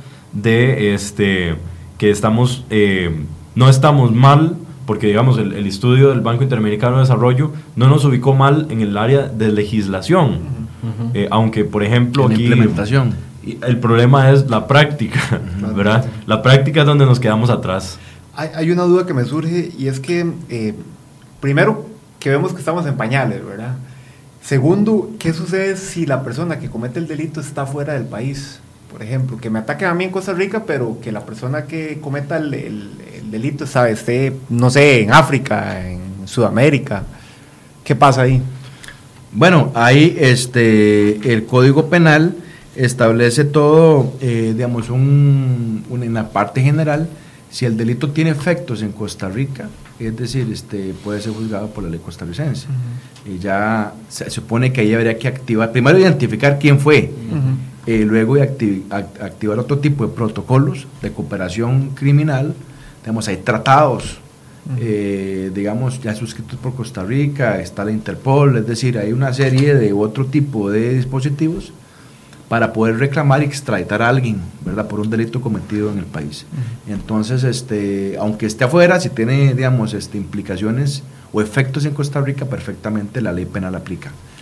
de este, que estamos, eh, no estamos mal, porque digamos el, el estudio del Banco Interamericano de Desarrollo no nos ubicó mal en el área de legislación, uh-huh. eh, aunque por ejemplo en aquí implementación. El problema es la práctica, uh-huh. ¿verdad? La práctica es donde nos quedamos atrás. Hay, hay una duda que me surge, y es que, eh, primero, que vemos que estamos en pañales, ¿verdad? Segundo, ¿qué sucede si la persona que comete el delito está fuera del país? Por ejemplo, que me ataquen a mí en Costa Rica, pero que la persona que cometa el, el, el delito, ¿sabe? esté, no sé, en África, en Sudamérica. ¿Qué pasa ahí? Bueno, ahí este, el Código Penal establece todo, eh, digamos, un, un, en la parte general. Si el delito tiene efectos en Costa Rica, es decir, este, puede ser juzgado por la ley costarricense. Uh-huh. Y ya se supone que ahí habría que activar, primero identificar quién fue, uh-huh. eh, luego activ, activar otro tipo de protocolos de cooperación criminal. Digamos, hay tratados, uh-huh. eh, digamos, ya suscritos por Costa Rica, está la Interpol, es decir, hay una serie de otro tipo de dispositivos para poder reclamar y extraditar a alguien, ¿verdad?, por un delito cometido en el país. Uh-huh. Entonces, este, aunque esté afuera, si tiene, digamos, este, implicaciones o efectos en Costa Rica, perfectamente la ley penal aplica.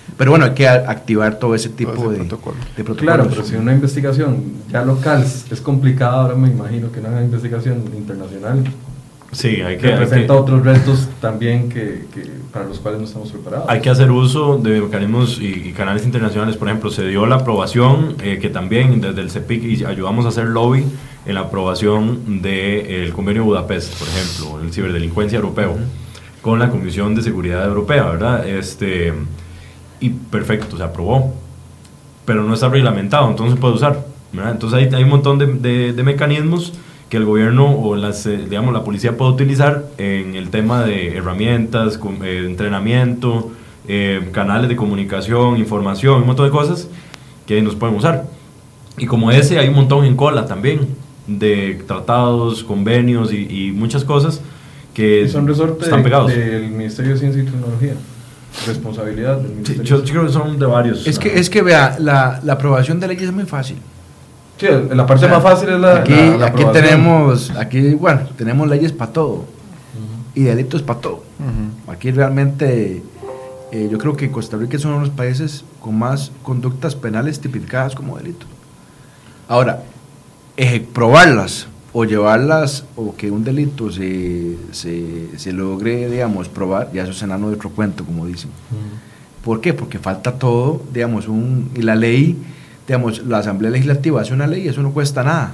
Pero bueno, hay que a, activar todo ese tipo todo ese de, protocolo. de protocolos. Claro, pero si una investigación ya local es complicada, ahora me imagino que una investigación internacional Sí, hay que... representa hay que, otros retos también que, que para los cuales no estamos preparados. Hay que hacer uso de mecanismos y, y canales internacionales. Por ejemplo, se dio la aprobación, eh, que también desde el CEPIC y ayudamos a hacer lobby en la aprobación del convenio de Budapest, por ejemplo, el ciberdelincuencia europeo, uh-huh. con la Comisión de Seguridad Europea, ¿verdad? Este, y perfecto, se aprobó, pero no está reglamentado, entonces se puede usar, ¿verdad? Entonces hay, hay un montón de, de, de mecanismos que el gobierno o las, eh, digamos, la policía puede utilizar en el tema de herramientas, con, eh, entrenamiento, eh, canales de comunicación, información, un montón de cosas que nos pueden usar. Y como ese hay un montón en cola también, de tratados, convenios y, y muchas cosas que y son resorte están pegados. Del Ministerio de Ciencia y Tecnología, responsabilidad del Ministerio. Sí, yo, yo creo que son de varios. Es que, es que vea, la, la aprobación de leyes es muy fácil. Sí, la parte o sea, más fácil es la aquí, la, la aquí tenemos aquí bueno tenemos leyes para todo uh-huh. y delitos para todo. Uh-huh. Aquí realmente eh, yo creo que Costa Rica es uno de los países con más conductas penales tipificadas como delitos. Ahora, eh, probarlas o llevarlas o que un delito se, se, se logre, digamos, probar, ya eso es enano de otro cuento, como dicen. Uh-huh. ¿Por qué? Porque falta todo, digamos, un, y la ley, digamos, la Asamblea Legislativa hace una ley y eso no cuesta nada.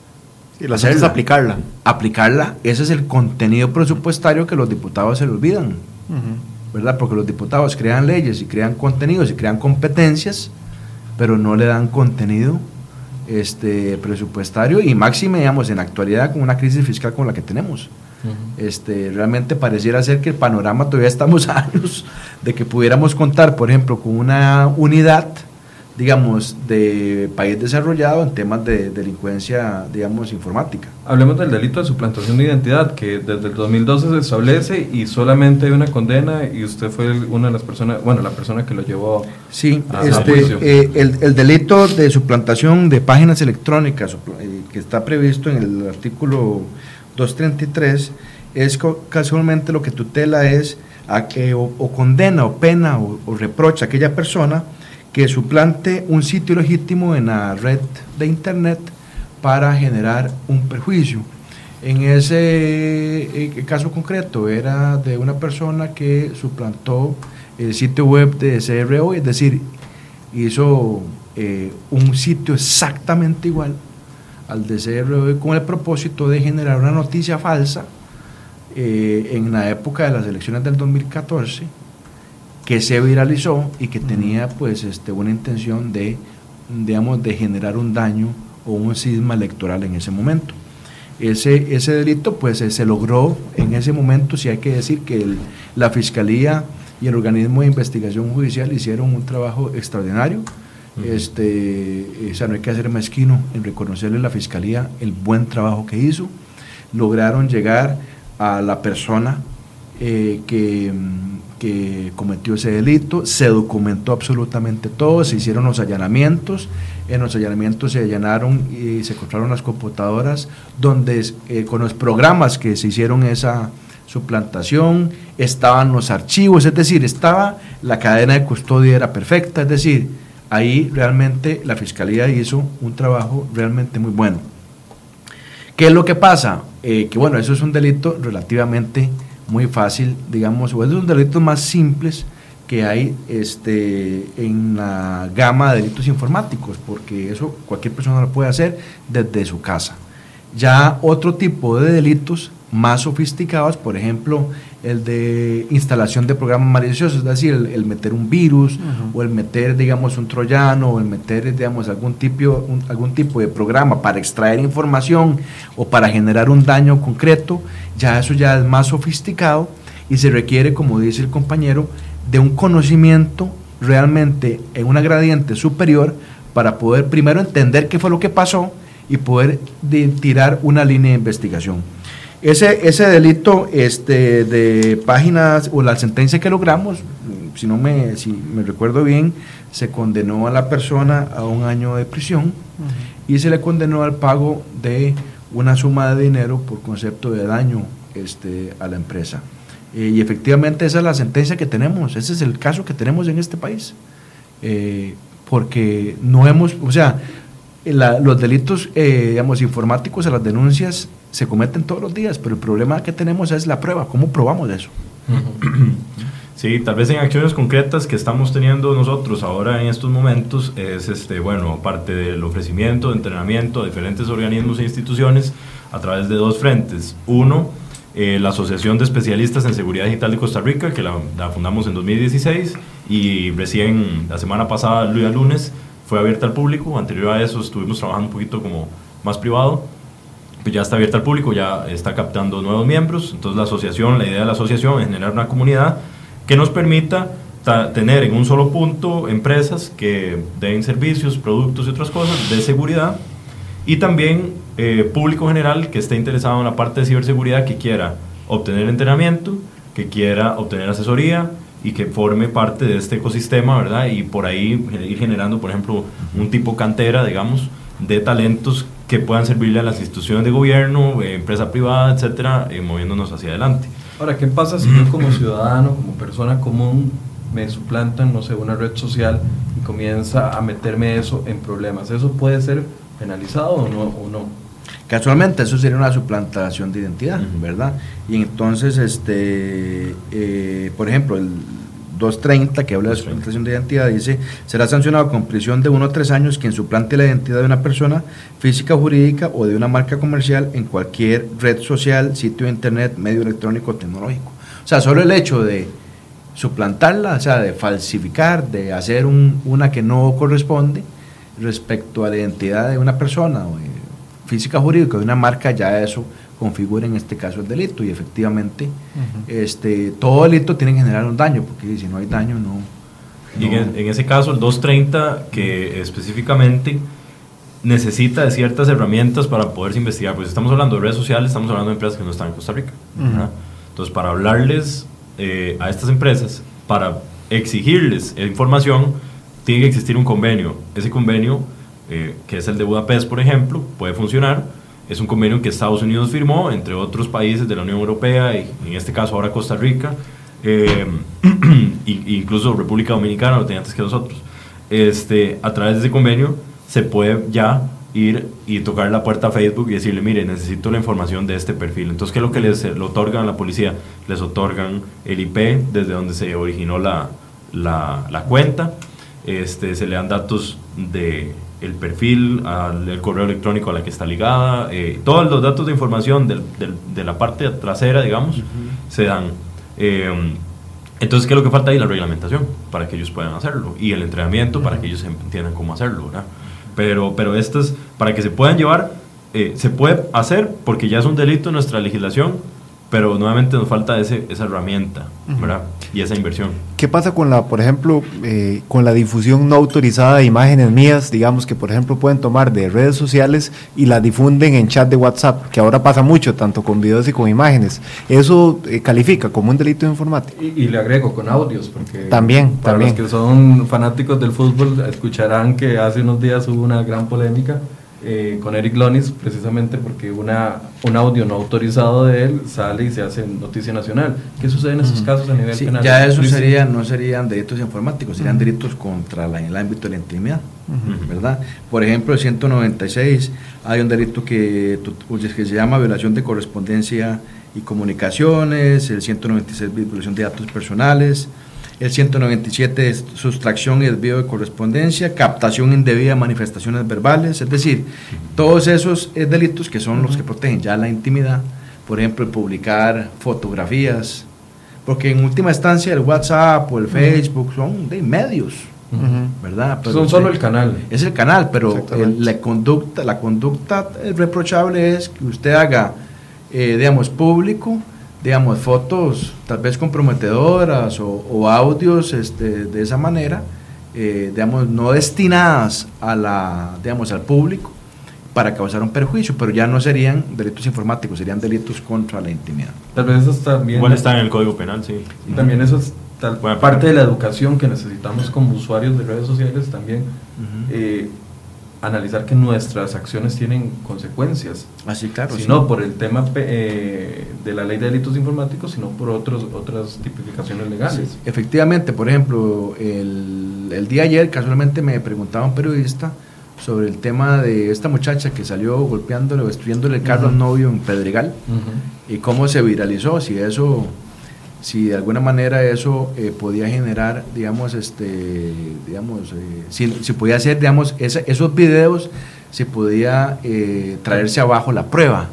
Y la hacerla es aplicarla. Aplicarla, ese es el contenido presupuestario que los diputados se le olvidan, uh-huh. ¿verdad? Porque los diputados crean leyes y crean contenidos y crean competencias, pero no le dan contenido este presupuestario y máxime, digamos, en la actualidad con una crisis fiscal como la que tenemos. Uh-huh. Este, realmente pareciera ser que el panorama todavía estamos a años de que pudiéramos contar, por ejemplo, con una unidad, digamos, de país desarrollado en temas de delincuencia, digamos, informática. Hablemos del delito de suplantación de identidad, que desde el dos mil doce se establece y solamente hay una condena y usted fue una de las personas, bueno, la persona que lo llevó sí, a, este, a juicio. Eh, el, el delito de suplantación de páginas electrónicas, eh, que está previsto en el artículo doscientos treinta y tres, es casualmente lo que tutela es a que o, o condena o pena o, o reprocha a aquella persona que suplante un sitio legítimo en la red de internet para generar un perjuicio. En ese eh, caso concreto era de una persona que suplantó el sitio web de C R O, es decir, hizo eh, un sitio exactamente igual al de C R O con el propósito de generar una noticia falsa eh, en la época de las elecciones del dos mil catorce, que se viralizó y que tenía pues este una intención de, digamos, de generar un daño o un cisma electoral en ese momento. Ese, ese delito pues se, se logró en ese momento, si hay que decir que el, la Fiscalía y el organismo de investigación judicial hicieron un trabajo extraordinario. Uh-huh. este, o sea, no hay que hacer mezquino en reconocerle a la Fiscalía el buen trabajo que hizo. Lograron llegar a la persona eh, que que cometió ese delito, se documentó absolutamente todo, se hicieron los allanamientos, en los allanamientos se allanaron y se encontraron las computadoras donde eh, con los programas que se hicieron esa suplantación, estaban los archivos, es decir, estaba la cadena de custodia era perfecta, es decir, ahí realmente la Fiscalía hizo un trabajo realmente muy bueno. ¿Qué es lo que pasa? Eh, que bueno, eso es un delito relativamente muy fácil, digamos, o es de los delitos más simples que hay este, en la gama de delitos informáticos, porque eso cualquier persona lo puede hacer desde su casa. Ya otro tipo de delitos más sofisticados, por ejemplo, el de instalación de programas maliciosos, es decir, el, el meter un virus, uh-huh. o el meter, digamos, un troyano, o el meter, digamos, algún tipo, un, algún tipo de programa para extraer información o para generar un daño concreto, ya eso ya es más sofisticado y se requiere, como dice el compañero, de un conocimiento realmente en una gradiente superior para poder primero entender qué fue lo que pasó y poder de, tirar una línea de investigación. Ese, ese delito este, de páginas o la sentencia que logramos, si no me, si me recuerdo bien, se condenó a la persona a un año de prisión, uh-huh. y se le condenó al pago de una suma de dinero por concepto de daño este, a la empresa. Eh, y efectivamente esa es la sentencia que tenemos, ese es el caso que tenemos en este país. Eh, porque no hemos, o sea, la, los delitos, eh, digamos, informáticos, las denuncias se cometen todos los días, pero el problema que tenemos es la prueba, ¿cómo probamos eso? Sí, tal vez en acciones concretas que estamos teniendo nosotros ahora en estos momentos es, este, bueno, aparte del ofrecimiento de entrenamiento a diferentes organismos e instituciones a través de dos frentes. Uno, eh, la Asociación de Especialistas en Seguridad Digital de Costa Rica, que la, la fundamos en dos mil dieciséis y recién la semana pasada, el día lunes, fue abierta al público. Anterior a eso estuvimos trabajando un poquito como más privado, pues ya está abierta al público, ya está captando nuevos miembros. Entonces la asociación, la idea de la asociación es generar una comunidad que nos permita tener en un solo punto empresas que den servicios, productos y otras cosas de seguridad, y también eh, público general que esté interesado en la parte de ciberseguridad, que quiera obtener entrenamiento, que quiera obtener asesoría y que forme parte de este ecosistema, ¿verdad? Y por ahí ir generando, por ejemplo, un tipo cantera, digamos, de talentos que puedan servirle a las instituciones de gobierno, eh, empresa privada, etcétera, eh, moviéndonos hacia adelante. Ahora, ¿qué pasa si yo como ciudadano, como persona común, me suplantan, no sé, una red social y comienza a meterme eso en problemas? ¿Eso puede ser penalizado o no? O no? Casualmente eso sería una suplantación de identidad, uh-huh. ¿verdad? Y entonces, este, eh, por ejemplo, el doscientos treinta, que habla de suplantación de identidad, dice: será sancionado con prisión de uno a tres años quien suplante la identidad de una persona física o jurídica o de una marca comercial en cualquier red social, sitio de internet, medio electrónico o tecnológico. O sea, solo el hecho de suplantarla, o sea, de falsificar, de hacer un, una que no corresponde respecto a la identidad de una persona o de física o jurídica de una marca, ya eso configura en este caso el delito. Y efectivamente uh-huh. este, todo delito tiene que generar un daño, porque si no hay daño no, y no. en, en ese caso el doscientos treinta, que específicamente necesita de ciertas herramientas para poderse investigar, pues estamos hablando de redes sociales, estamos hablando de empresas que no están en Costa Rica, uh-huh. entonces para hablarles eh, a estas empresas, para exigirles información, tiene que existir un convenio. Ese convenio, eh, que es el de Budapest, por ejemplo, puede funcionar. Es un convenio que Estados Unidos firmó, entre otros países de la Unión Europea, y en este caso ahora Costa Rica, eh, incluso República Dominicana lo tenía antes que nosotros. Este, a través de ese convenio se puede ya ir y tocar la puerta a Facebook y decirle: mire, necesito la información de este perfil. Entonces, ¿qué es lo que les lo otorgan a la policía? Les otorgan el I P desde donde se originó la, la, la cuenta, este, se le dan datos de el perfil, al el correo electrónico a la que está ligada, eh, todos los datos de información del, del, de la parte trasera, digamos, uh-huh. se dan. Eh, entonces, ¿qué es lo que falta ahí? La reglamentación, para que ellos puedan hacerlo, y el entrenamiento, uh-huh. para que ellos entiendan cómo hacerlo, ¿verdad? Pero, pero estas, para que se puedan llevar, eh, se puede hacer porque ya es un delito en nuestra legislación, pero nuevamente nos falta ese, esa herramienta, ¿verdad? Uh-huh. Y esa inversión. ¿Qué pasa con la, por ejemplo, eh, con la difusión no autorizada de imágenes mías, digamos que por ejemplo pueden tomar de redes sociales y las difunden en chat de WhatsApp, que ahora pasa mucho, tanto con videos y con imágenes? ¿Eso eh, califica como un delito informático? Y, y le agrego con audios, porque también, para también. los que son fanáticos del fútbol escucharán que hace unos días hubo una gran polémica Eh, con Eric Lonis, precisamente porque una, un audio no autorizado de él sale y se hace noticia nacional. ¿Qué sucede en esos uh-huh. casos a nivel sí, penal? Ya eso sería, no serían delitos informáticos, serían uh-huh. delitos contra la, el ámbito de la intimidad, uh-huh. ¿verdad? Por ejemplo, el ciento noventa y seis hay un delito que, que se llama violación de correspondencia y comunicaciones, el ciento noventa y seis violación de datos personales, el ciento noventa y siete es sustracción y desvío de correspondencia, captación indebida de manifestaciones verbales, es decir, todos esos eh, delitos que son uh-huh. los que protegen ya la intimidad. Por ejemplo, el publicar fotografías, porque en última instancia el WhatsApp o el uh-huh. Facebook son de medios, uh-huh. ¿verdad? Pero son solo el canal. Es el canal, pero el, la conducta, la conducta reprochable es que usted haga, eh, digamos, público, digamos, fotos tal vez comprometedoras o, o audios este, de esa manera, eh, digamos, no destinadas a la, digamos, al público para causar un perjuicio, pero ya no serían delitos informáticos, serían delitos contra la intimidad. Tal vez eso también... Igual está en el Código Penal, sí. Y también eso es tal, bueno, parte de la educación que necesitamos como usuarios de redes sociales también. Uh-huh. eh, analizar que nuestras acciones tienen consecuencias. Así, claro. Si no sí. por el tema eh, de la ley de delitos informáticos, sino por otros, otras tipificaciones legales. Sí, efectivamente, por ejemplo, el, el día de ayer casualmente me preguntaba un periodista sobre el tema de esta muchacha que salió golpeándole o destruyéndole el carro uh-huh. al novio en Pedregal uh-huh. y cómo se viralizó, si eso, si de alguna manera eso eh, podía generar, digamos, este, digamos, eh, si, si podía hacer, digamos, esa, esos videos, si podía eh, traerse abajo la prueba.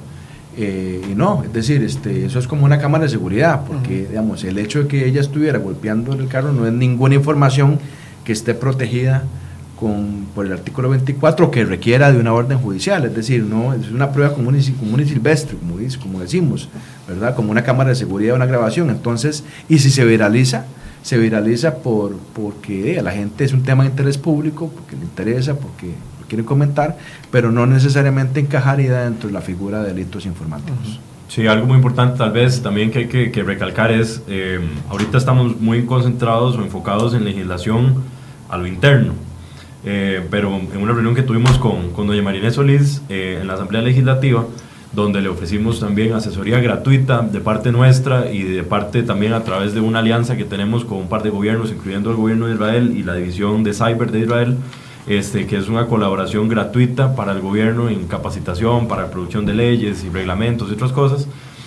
Eh, y no, es decir, este, eso es como una cámara de seguridad, porque uh-huh. digamos, el hecho de que ella estuviera golpeando el carro no es ninguna información que esté protegida con, por el artículo veinticuatro, que requiera de una orden judicial, es decir, no es una prueba común y, común y silvestre, como, dice, como decimos, ¿verdad? Como una cámara de seguridad, una grabación. Entonces, y si se viraliza, se viraliza por porque eh, a la gente es un tema de interés público, porque le interesa, porque lo quieren comentar, pero no necesariamente encajaría dentro de la figura de delitos informáticos. Sí, algo muy importante tal vez también que hay que, que recalcar es, eh, ahorita estamos muy concentrados o enfocados en legislación a lo interno. Eh, pero en una reunión que tuvimos con, con doña Marinés Solís eh, en la Asamblea Legislativa, donde le ofrecimos también asesoría gratuita de parte nuestra y de parte también a través de una alianza que tenemos con un par de gobiernos, incluyendo el gobierno de Israel y la división de Cyber de Israel, este, que es una colaboración gratuita para el gobierno en capacitación, para la producción de leyes y reglamentos y otras cosas,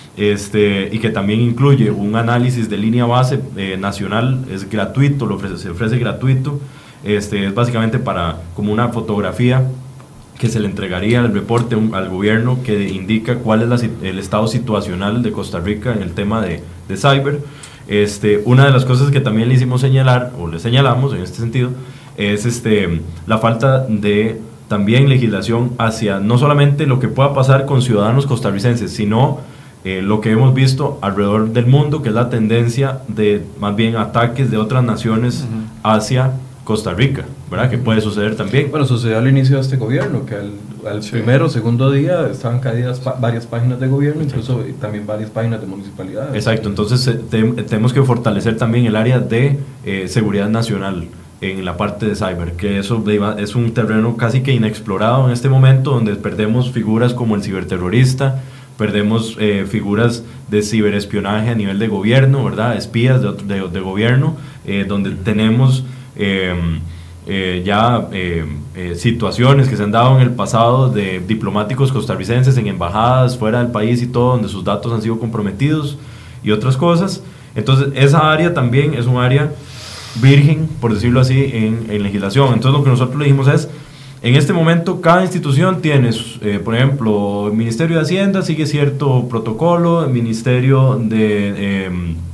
este, y que también incluye un análisis de línea base eh, nacional, es gratuito, lo ofrece, se ofrece gratuito. Este, es básicamente para como una fotografía que se le entregaría el reporte un, al gobierno que indica cuál es la, el estado situacional de Costa Rica en el tema de, de cyber. Este, una de las cosas que también le hicimos señalar, o le señalamos en este sentido, es este, la falta de también legislación hacia no solamente lo que pueda pasar con ciudadanos costarricenses, sino eh, lo que hemos visto alrededor del mundo, que es la tendencia de más bien ataques de otras naciones uh-huh. hacia Costa Rica, ¿verdad? Que puede suceder también. Bueno, sucedió al inicio de este gobierno, que al, al sí. primero o segundo día estaban caídas pa- varias páginas de gobierno, incluso también varias páginas de municipalidades. Exacto, entonces eh, te, tenemos que fortalecer también el área de eh, seguridad nacional en la parte de cyber, que eso es un terreno casi que inexplorado en este momento, donde perdemos figuras como el ciberterrorista, perdemos eh, figuras de ciberespionaje a nivel de gobierno, ¿verdad? Espías de, de, de gobierno, eh, donde tenemos Eh, eh, ya eh, eh, situaciones que se han dado en el pasado de diplomáticos costarricenses en embajadas fuera del país y todo, donde sus datos han sido comprometidos y otras cosas. Entonces esa área también es un área virgen, por decirlo así, en, en legislación. Entonces lo que nosotros le dijimos es, en este momento cada institución tiene, eh, por ejemplo, el Ministerio de Hacienda sigue cierto protocolo, el Ministerio de... Eh,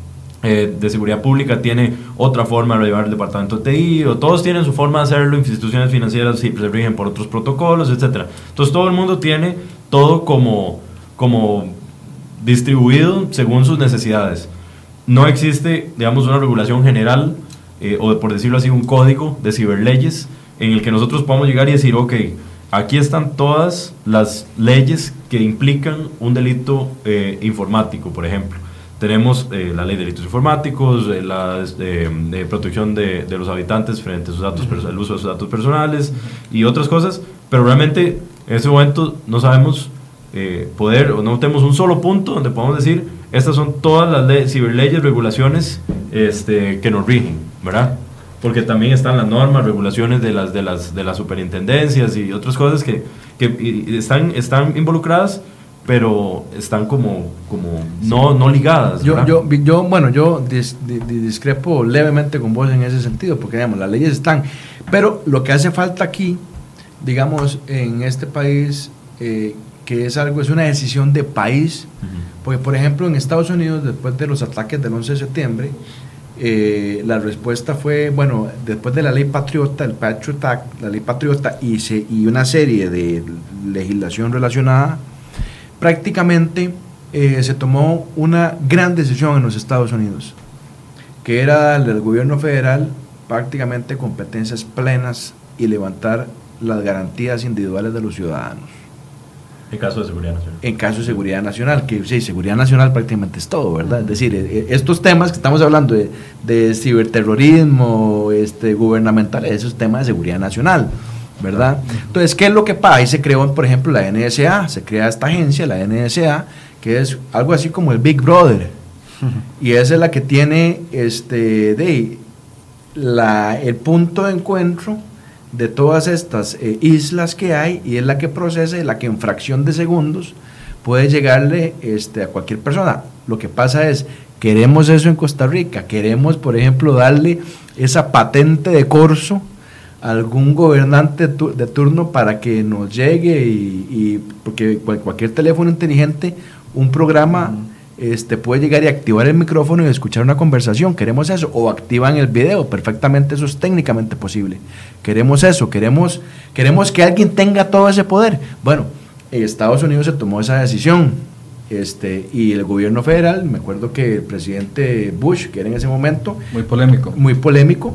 Eh, de Seguridad Pública tiene otra forma de llevar el departamento de T I, o todos tienen su forma de hacerlo, instituciones financieras sí, se rigen por otros protocolos, etcétera. Entonces todo el mundo tiene todo como, como distribuido según sus necesidades. No existe, digamos, una regulación general, eh, o por decirlo así, un código de ciberleyes en el que nosotros podamos llegar y decir, ok, aquí están todas las leyes que implican un delito eh, informático, por ejemplo. Tenemos eh, la ley de delitos informáticos, eh, la eh, de protección de, de los habitantes frente a sus datos, el uso de sus datos personales y otras cosas, pero realmente en este momento no sabemos eh, poder, o no tenemos un solo punto donde podamos decir, estas son todas las leyes, ciberleyes, regulaciones este, que nos rigen, ¿verdad? Porque también están las normas, regulaciones de las, de las, de las superintendencias y otras cosas que, que y están, están involucradas, pero están como, como no, no ligadas. Yo, yo, yo, bueno, yo dis, dis, discrepo levemente con vos en ese sentido, porque digamos, las leyes están, pero lo que hace falta aquí, digamos, en este país, eh, que es algo, es una decisión de país, uh-huh. porque por ejemplo en Estados Unidos, después de los ataques del once de septiembre, eh, la respuesta fue, bueno, después de la ley Patriota, el Patriot Act, la ley Patriota y, se, y una serie de legislación relacionada, prácticamente eh, se tomó una gran decisión en los Estados Unidos, que era darle al gobierno federal prácticamente competencias plenas y levantar las garantías individuales de los ciudadanos. En caso de seguridad nacional. En caso de seguridad nacional, que sí, seguridad nacional prácticamente es todo, ¿verdad? Es decir, estos temas que estamos hablando de, de ciberterrorismo, este, gubernamentales, esos temas de seguridad nacional. ¿verdad? Entonces, ¿qué es lo que pasa? Ahí se creó, por ejemplo, la N S A, se crea esta agencia, la N S A, que es algo así como el Big Brother, uh-huh. y esa es la que tiene este, de, la, el punto de encuentro de todas estas eh, islas que hay, y es la que procesa y la que en fracción de segundos puede llegarle este, a cualquier persona. Lo que pasa es, queremos eso en Costa Rica, queremos, por ejemplo, darle esa patente de corso a algún gobernante tu, de turno para que nos llegue, y, y porque cualquier teléfono inteligente, un programa uh-huh. este, puede llegar y activar el micrófono y escuchar una conversación. Queremos eso, o activan el video, perfectamente, eso es técnicamente posible. Queremos eso, queremos, queremos que alguien tenga todo ese poder. Bueno, en Estados Unidos se tomó esa decisión, este, y el gobierno federal, me acuerdo que el presidente Bush, que era en ese momento muy polémico, muy polémico,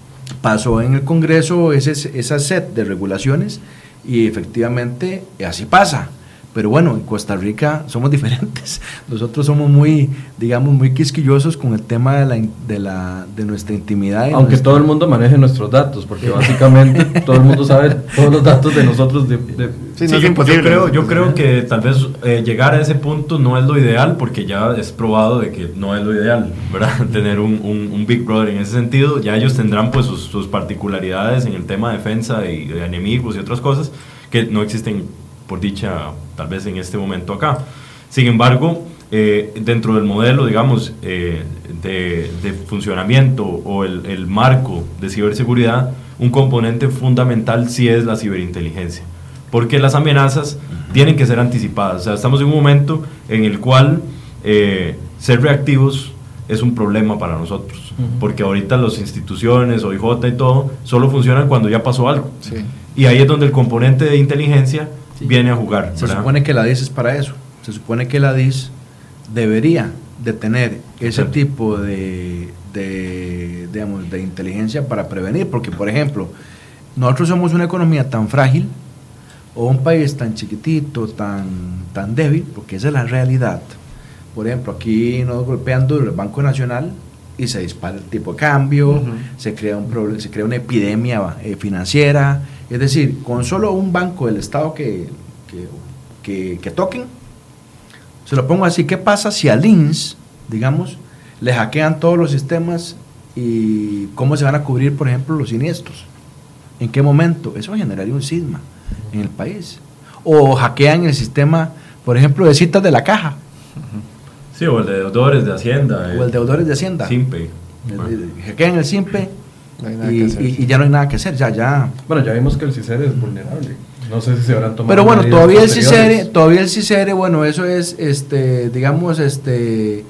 pasó en el Congreso ese, esa set de regulaciones, y efectivamente así pasa. Pero bueno, en Costa Rica somos diferentes. Nosotros somos muy, digamos, muy quisquillosos con el tema de, la, de, la, de nuestra intimidad. Aunque nuestra... todo el mundo maneje nuestros datos, porque básicamente todo el mundo sabe todos los datos de nosotros. De, de... Sí, sí, no, yo, yo creo, yo creo que tal vez eh, llegar a ese punto no es lo ideal, porque ya es probado de que no es lo ideal, ¿verdad? Tener un, un, un Big Brother en ese sentido. Ya ellos tendrán pues sus, sus particularidades en el tema de defensa y de enemigos y otras cosas que no existen, por dicha, tal vez en este momento acá. Sin embargo, eh, dentro del modelo, digamos, eh, de, de funcionamiento o el, el marco de ciberseguridad, un componente fundamental sí es la ciberinteligencia, porque las amenazas uh-huh. tienen que ser anticipadas. O sea, estamos en un momento en el cual eh, ser reactivos es un problema para nosotros, uh-huh. porque ahorita las instituciones, O I J y todo, solo funcionan cuando ya pasó algo. Sí. Y ahí es donde el componente de inteligencia sí. viene a jugar. Se ¿verdad? supone que la D I S es para eso. Se supone que la D I S debería de tener ese sí. tipo de, de, digamos, de inteligencia para prevenir, porque, por ejemplo, nosotros somos una economía tan frágil, o un país tan chiquitito, tan, tan débil, porque esa es la realidad. Por ejemplo, aquí nos golpean duro el Banco Nacional y se dispara el tipo de cambio, uh-huh. se crea un problema, se crea una epidemia eh, financiera. Es decir, con solo un banco del Estado que, que, que, que toquen, se lo pongo así, ¿qué pasa si al I N S S, digamos, le hackean todos los sistemas, y cómo se van a cubrir, por ejemplo, los siniestros? ¿En qué momento? Eso generaría un sisma en el país. O hackean el sistema, por ejemplo, de citas de la caja. Sí, o el de deudores de Hacienda. O el de deudores de Hacienda. SIMPE. Hackean el SIMPE. No hay nada y, que hacer. y, y ya no hay nada que hacer, ya, ya. Bueno, ya vimos que el CICERE es vulnerable. No sé si se habrán tomado. Pero bueno, medidas todavía el posteriores. CICERE, todavía el CICERE, bueno, eso es, este, digamos, este,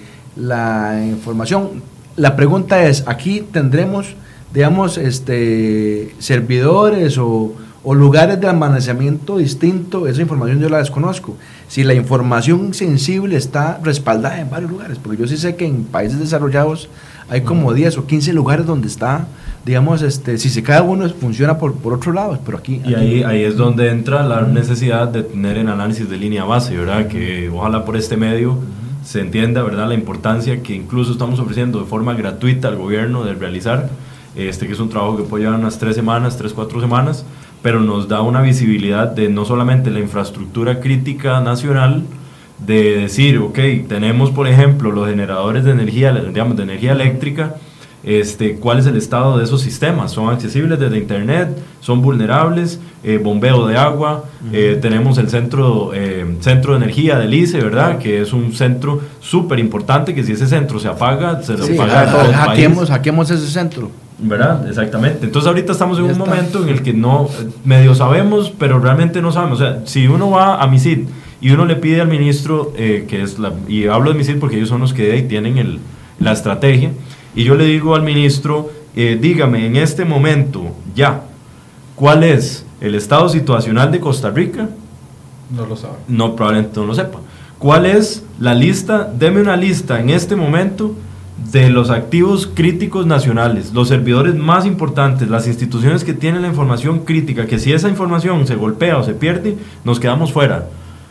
la información. La pregunta es, aquí tendremos, digamos, este, servidores o, o lugares de almacenamiento distinto. Esa información yo la desconozco. Si la información sensible está respaldada en varios lugares, porque yo sí sé que en países desarrollados hay como diez o quince lugares donde está, digamos, este, si se cada uno funciona por, por otro lado, pero aquí... Y aquí ahí, ahí es donde entra la necesidad de tener el análisis de línea base, ¿verdad? Que ojalá por este medio uh-huh. se entienda, ¿verdad?, la importancia que incluso estamos ofreciendo de forma gratuita al gobierno de realizar, este, que es un trabajo que puede llevar unas tres semanas, tres, cuatro semanas, pero nos da una visibilidad de no solamente la infraestructura crítica nacional, de decir, ok, tenemos por ejemplo los generadores de energía, digamos, de energía eléctrica, este, cuál es el estado de esos sistemas, son accesibles desde internet, son vulnerables, eh, bombeo de agua, uh-huh. eh, tenemos el centro, eh, centro de energía del I C E, ¿verdad? Que es un centro súper importante, que si ese centro se apaga, se lo sí, paga ha, todo el hackeemos, país. hackeemos ese centro. ¿Verdad? Exactamente. Entonces ahorita estamos en ya un está. momento en el que no, medio sabemos, pero realmente no sabemos. O sea, si uno va a MISID y uno le pide al ministro, eh, que es la, y hablo de MISID porque ellos son los que ahí tienen el, la estrategia, y yo le digo al ministro, eh, dígame en este momento ya, ¿cuál es el estado situacional de Costa Rica? No lo sabe. No, probablemente no lo sepa. ¿Cuál es la lista? Deme una lista en este momento de los activos críticos nacionales, los servidores más importantes, las instituciones que tienen la información crítica, que si esa información se golpea o se pierde, nos quedamos fuera.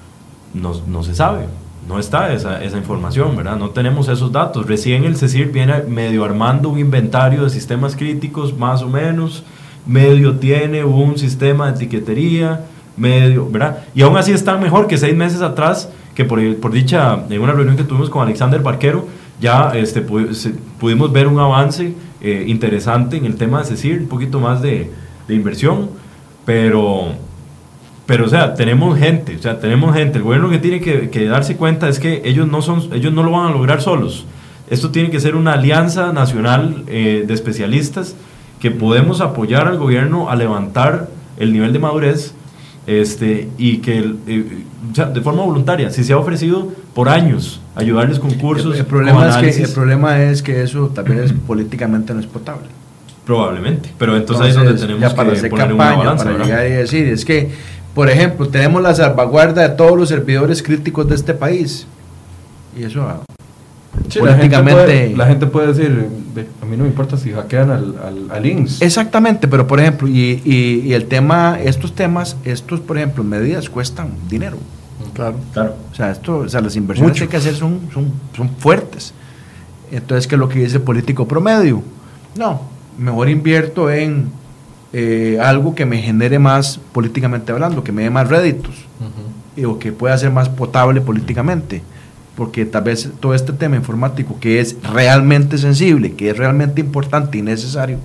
No, no se sabe, no está esa, esa información, ¿verdad? No tenemos esos datos. Recién el CECIR viene medio armando un inventario de sistemas críticos, más o menos, medio tiene un sistema de etiquetería, medio, ¿verdad? Y aún así están mejor que seis meses atrás, que por, por dicha, en una reunión que tuvimos con Alexander Barquero, ya este, pudimos ver un avance eh, interesante en el tema de CECIR, un poquito más de, de inversión, pero, pero o sea, tenemos gente, o sea, tenemos gente. El gobierno que tiene que, que darse cuenta es que ellos no, son, ellos no lo van a lograr solos. Esto tiene que ser una alianza nacional eh, de especialistas que podemos apoyar al gobierno a levantar el nivel de madurez, este, y que eh, o sea, de forma voluntaria, si se ha ofrecido por años ayudarles con cursos, el, el problema es que el problema es que eso también es políticamente no es potable, probablemente, pero entonces, entonces ahí es donde tenemos ya para que hacer poner campaña, una balanza, para ¿verdad? llegar y decir, es que por ejemplo tenemos la salvaguarda de todos los servidores críticos de este país y eso sí, políticamente la gente, puede, la gente puede decir, a mí no me importa si hackean al, al, al I N S. Exactamente, pero por ejemplo, y, y, y el tema, estos temas, estos por ejemplo, medidas cuestan dinero. Claro, claro. O sea, esto, o sea, las inversiones Mucho. que hay que hacer son, son, son fuertes. Entonces, ¿qué es lo que dice el político promedio? No, mejor invierto en eh, algo que me genere más políticamente hablando, que me dé más réditos, uh-huh. y, o que pueda ser más potable políticamente. Porque tal vez todo este tema informático que es realmente sensible, que es realmente importante y necesario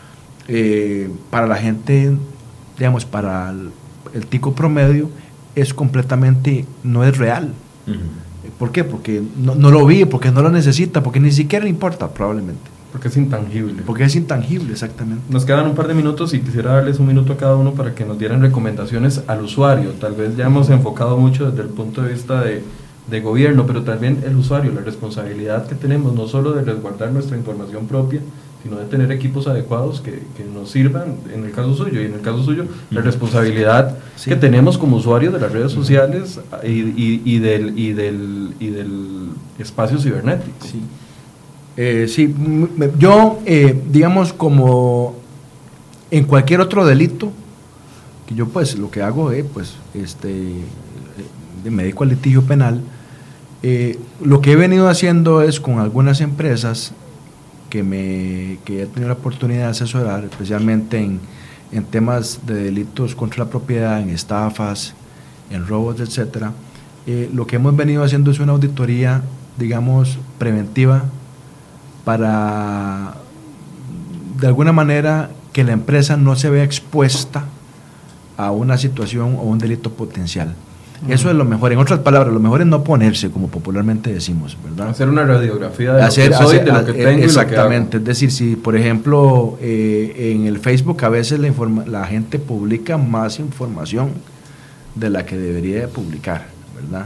eh, para la gente, digamos, para el, el tico promedio, es completamente, no es real. Uh-huh. ¿Por qué? Porque no, no lo vive, porque no lo necesita, porque ni siquiera le importa probablemente. Porque es intangible. Porque es intangible, exactamente. Nos quedan un par de minutos y quisiera darles un minuto a cada uno para que nos dieran recomendaciones al usuario. Tal vez ya hemos enfocado mucho desde el punto de vista de de gobierno, pero también el usuario, la responsabilidad que tenemos no solo de resguardar nuestra información propia, sino de tener equipos adecuados que, que nos sirvan, en el caso suyo, y en el caso suyo, uh-huh. la responsabilidad sí. que tenemos como usuarios de las redes sociales uh-huh. y, y, y, del, y, del, y del espacio cibernético. Sí, eh, sí yo, eh, digamos, como en cualquier otro delito, que yo pues lo que hago es, pues, este... me dedico al litigio penal, eh, lo que he venido haciendo es con algunas empresas que, me, que he tenido la oportunidad de asesorar, especialmente en, en temas de delitos contra la propiedad, en estafas, en robos, etcétera. Eh, lo que hemos venido haciendo es una auditoría, digamos, preventiva para, de alguna manera, que la empresa no se vea expuesta a una situación o un delito potencial. Eso es lo mejor. En otras palabras, lo mejor es no ponerse, como popularmente decimos, ¿verdad? Hacer una radiografía de hacer, lo que soy, hacer, de lo que tengo exactamente. Y lo que hago. Es decir, si por ejemplo eh, en el Facebook a veces la, informa- la gente publica más información de la que debería de publicar, ¿verdad?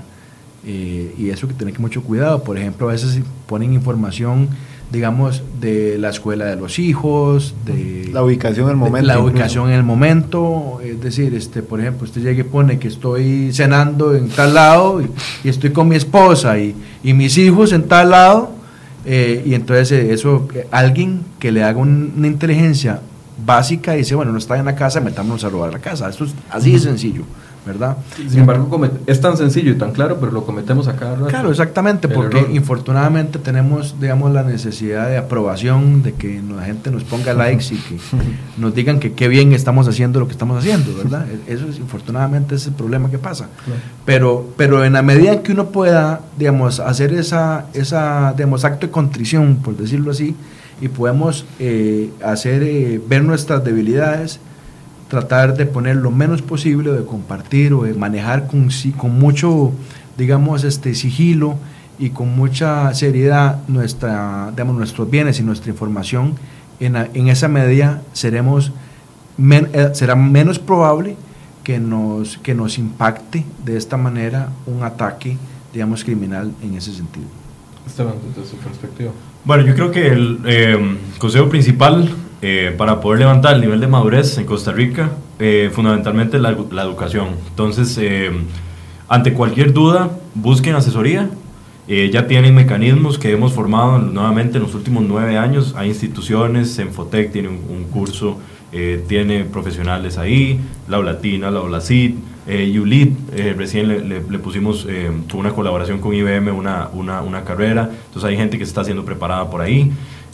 Eh, y eso que tener que mucho cuidado. Por ejemplo, a veces ponen información, digamos, de la escuela de los hijos, de la ubicación en el momento. La ubicación en el momento, es decir, este, por ejemplo, usted llega y pone que estoy cenando en tal lado y, y estoy con mi esposa y, y mis hijos en tal lado, eh, y entonces eh, eso, eh, alguien que le haga un, una inteligencia básica dice, bueno, no está en la casa, metámonos a robar la casa. Esto es así de sencillo, ¿verdad? Sin embargo, es tan sencillo y tan claro, pero lo cometemos a cada rato. Claro, exactamente, porque error. Infortunadamente tenemos, digamos, la necesidad de aprobación, de que la gente nos ponga likes y que nos digan que qué bien estamos haciendo lo que estamos haciendo, ¿verdad? Eso es, infortunadamente, ese es el problema que pasa. Claro. Pero, pero en la medida en que uno pueda, digamos, hacer esa, esa digamos, acto de contrición, por decirlo así, y podemos eh, hacer, eh, ver nuestras debilidades, tratar de poner lo menos posible, de compartir o de manejar con, con mucho, digamos, este sigilo y con mucha seriedad nuestra, digamos, nuestros bienes y nuestra información, en, en esa medida seremos men, eh, será menos probable que nos, que nos impacte de esta manera un ataque, digamos, criminal en ese sentido. Esteban, desde su perspectiva. Bueno, yo creo que el eh, consejo principal eh, para poder levantar el nivel de madurez en Costa Rica, eh, fundamentalmente la, la educación. Entonces, eh, ante cualquier duda, busquen asesoría. Eh, ya tienen mecanismos que hemos formado nuevamente en los últimos nueve años. Hay instituciones, Enfotec tiene un, un curso, eh, tiene profesionales ahí, la Latina, la OLACID, eh, U L I D, eh, recién le, le, le pusimos eh, con una colaboración con I B M una, una, una carrera. Entonces hay gente que se está siendo preparada por ahí.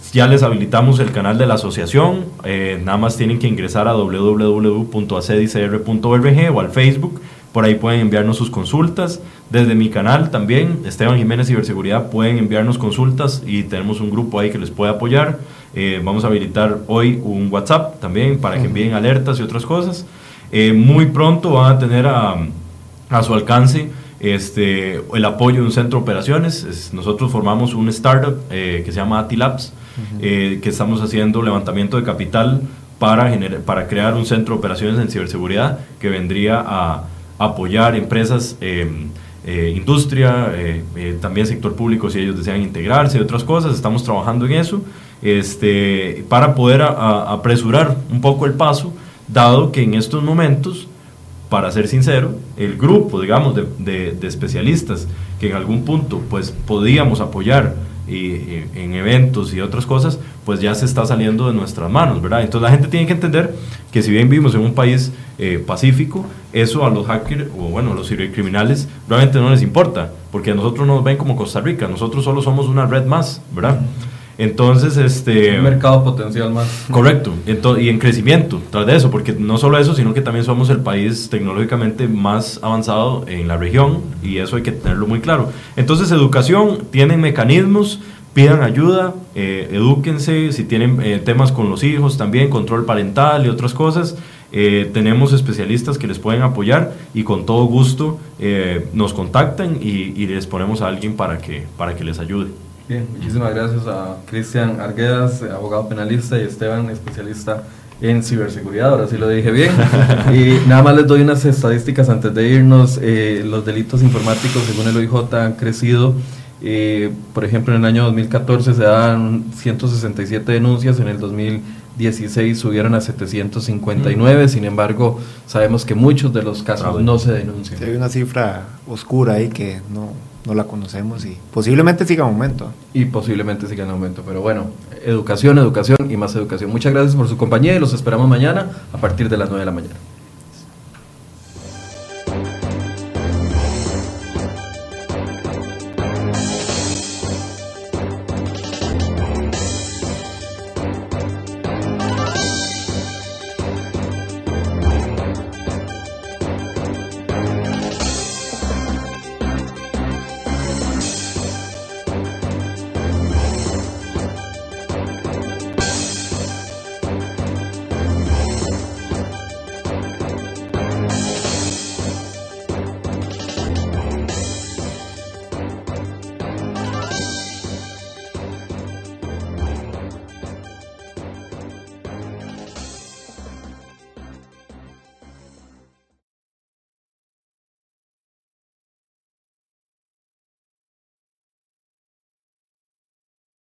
Ya les habilitamos el canal de la asociación, eh, nada más tienen que ingresar a w w w punto a c e d i c r punto org o al Facebook, por ahí pueden enviarnos sus consultas. Desde mi canal también, Esteban Jiménez Ciberseguridad, pueden enviarnos consultas y tenemos un grupo ahí que les puede apoyar. Eh, vamos a habilitar hoy un WhatsApp también para que envíen alertas y otras cosas. Eh, muy pronto van a tener a, a su alcance este, el apoyo de un centro de operaciones. Es, nosotros formamos un startup eh, que se llama Atilabs, uh-huh. eh, que estamos haciendo levantamiento de capital para, gener para crear un centro de operaciones en ciberseguridad que vendría a apoyar empresas, eh, eh, industria, eh, eh, también sector público si ellos desean integrarse y otras cosas. Estamos trabajando en eso este, para poder a, a apresurar un poco el paso, dado que en estos momentos, para ser sincero, el grupo, digamos, de, de, de especialistas que en algún punto pues podíamos apoyar y, y, en eventos y otras cosas, pues ya se está saliendo de nuestras manos, ¿verdad? Entonces la gente tiene que entender que si bien vivimos en un país eh, pacífico, eso a los hackers o bueno, a los cibercriminales realmente no les importa, porque a nosotros nos ven como Costa Rica, nosotros solo somos una red más, ¿verdad? Entonces, este... un mercado potencial más. Correcto, entonces, y en crecimiento tras de eso, porque no solo eso, sino que también somos el país tecnológicamente más avanzado en la región, y eso hay que tenerlo muy claro. Entonces, educación, tienen mecanismos, pidan ayuda, eh, edúquense, si tienen eh, temas con los hijos también, control parental y otras cosas, eh, tenemos especialistas que les pueden apoyar, y con todo gusto eh, nos contactan y, y les ponemos a alguien para que, para que les ayude. Bien, muchísimas gracias a Cristian Arguedas, abogado penalista, y Esteban, especialista en ciberseguridad, ahora sí lo dije bien. Y nada más les doy unas estadísticas antes de irnos. Eh, los delitos informáticos, según el O I J, han crecido. Eh, por ejemplo, en el año dos mil catorce se daban ciento sesenta y siete denuncias, en el dos mil dieciséis subieron a setecientos cincuenta y nueve, mm. sin embargo, sabemos que muchos de los casos ah, bueno. no se denuncian. Sí, hay una cifra oscura ahí que no... no la conocemos y posiblemente siga en aumento. Y posiblemente siga en aumento, pero bueno, educación, educación y más educación. Muchas gracias por su compañía y los esperamos mañana a partir de las nueve de la mañana.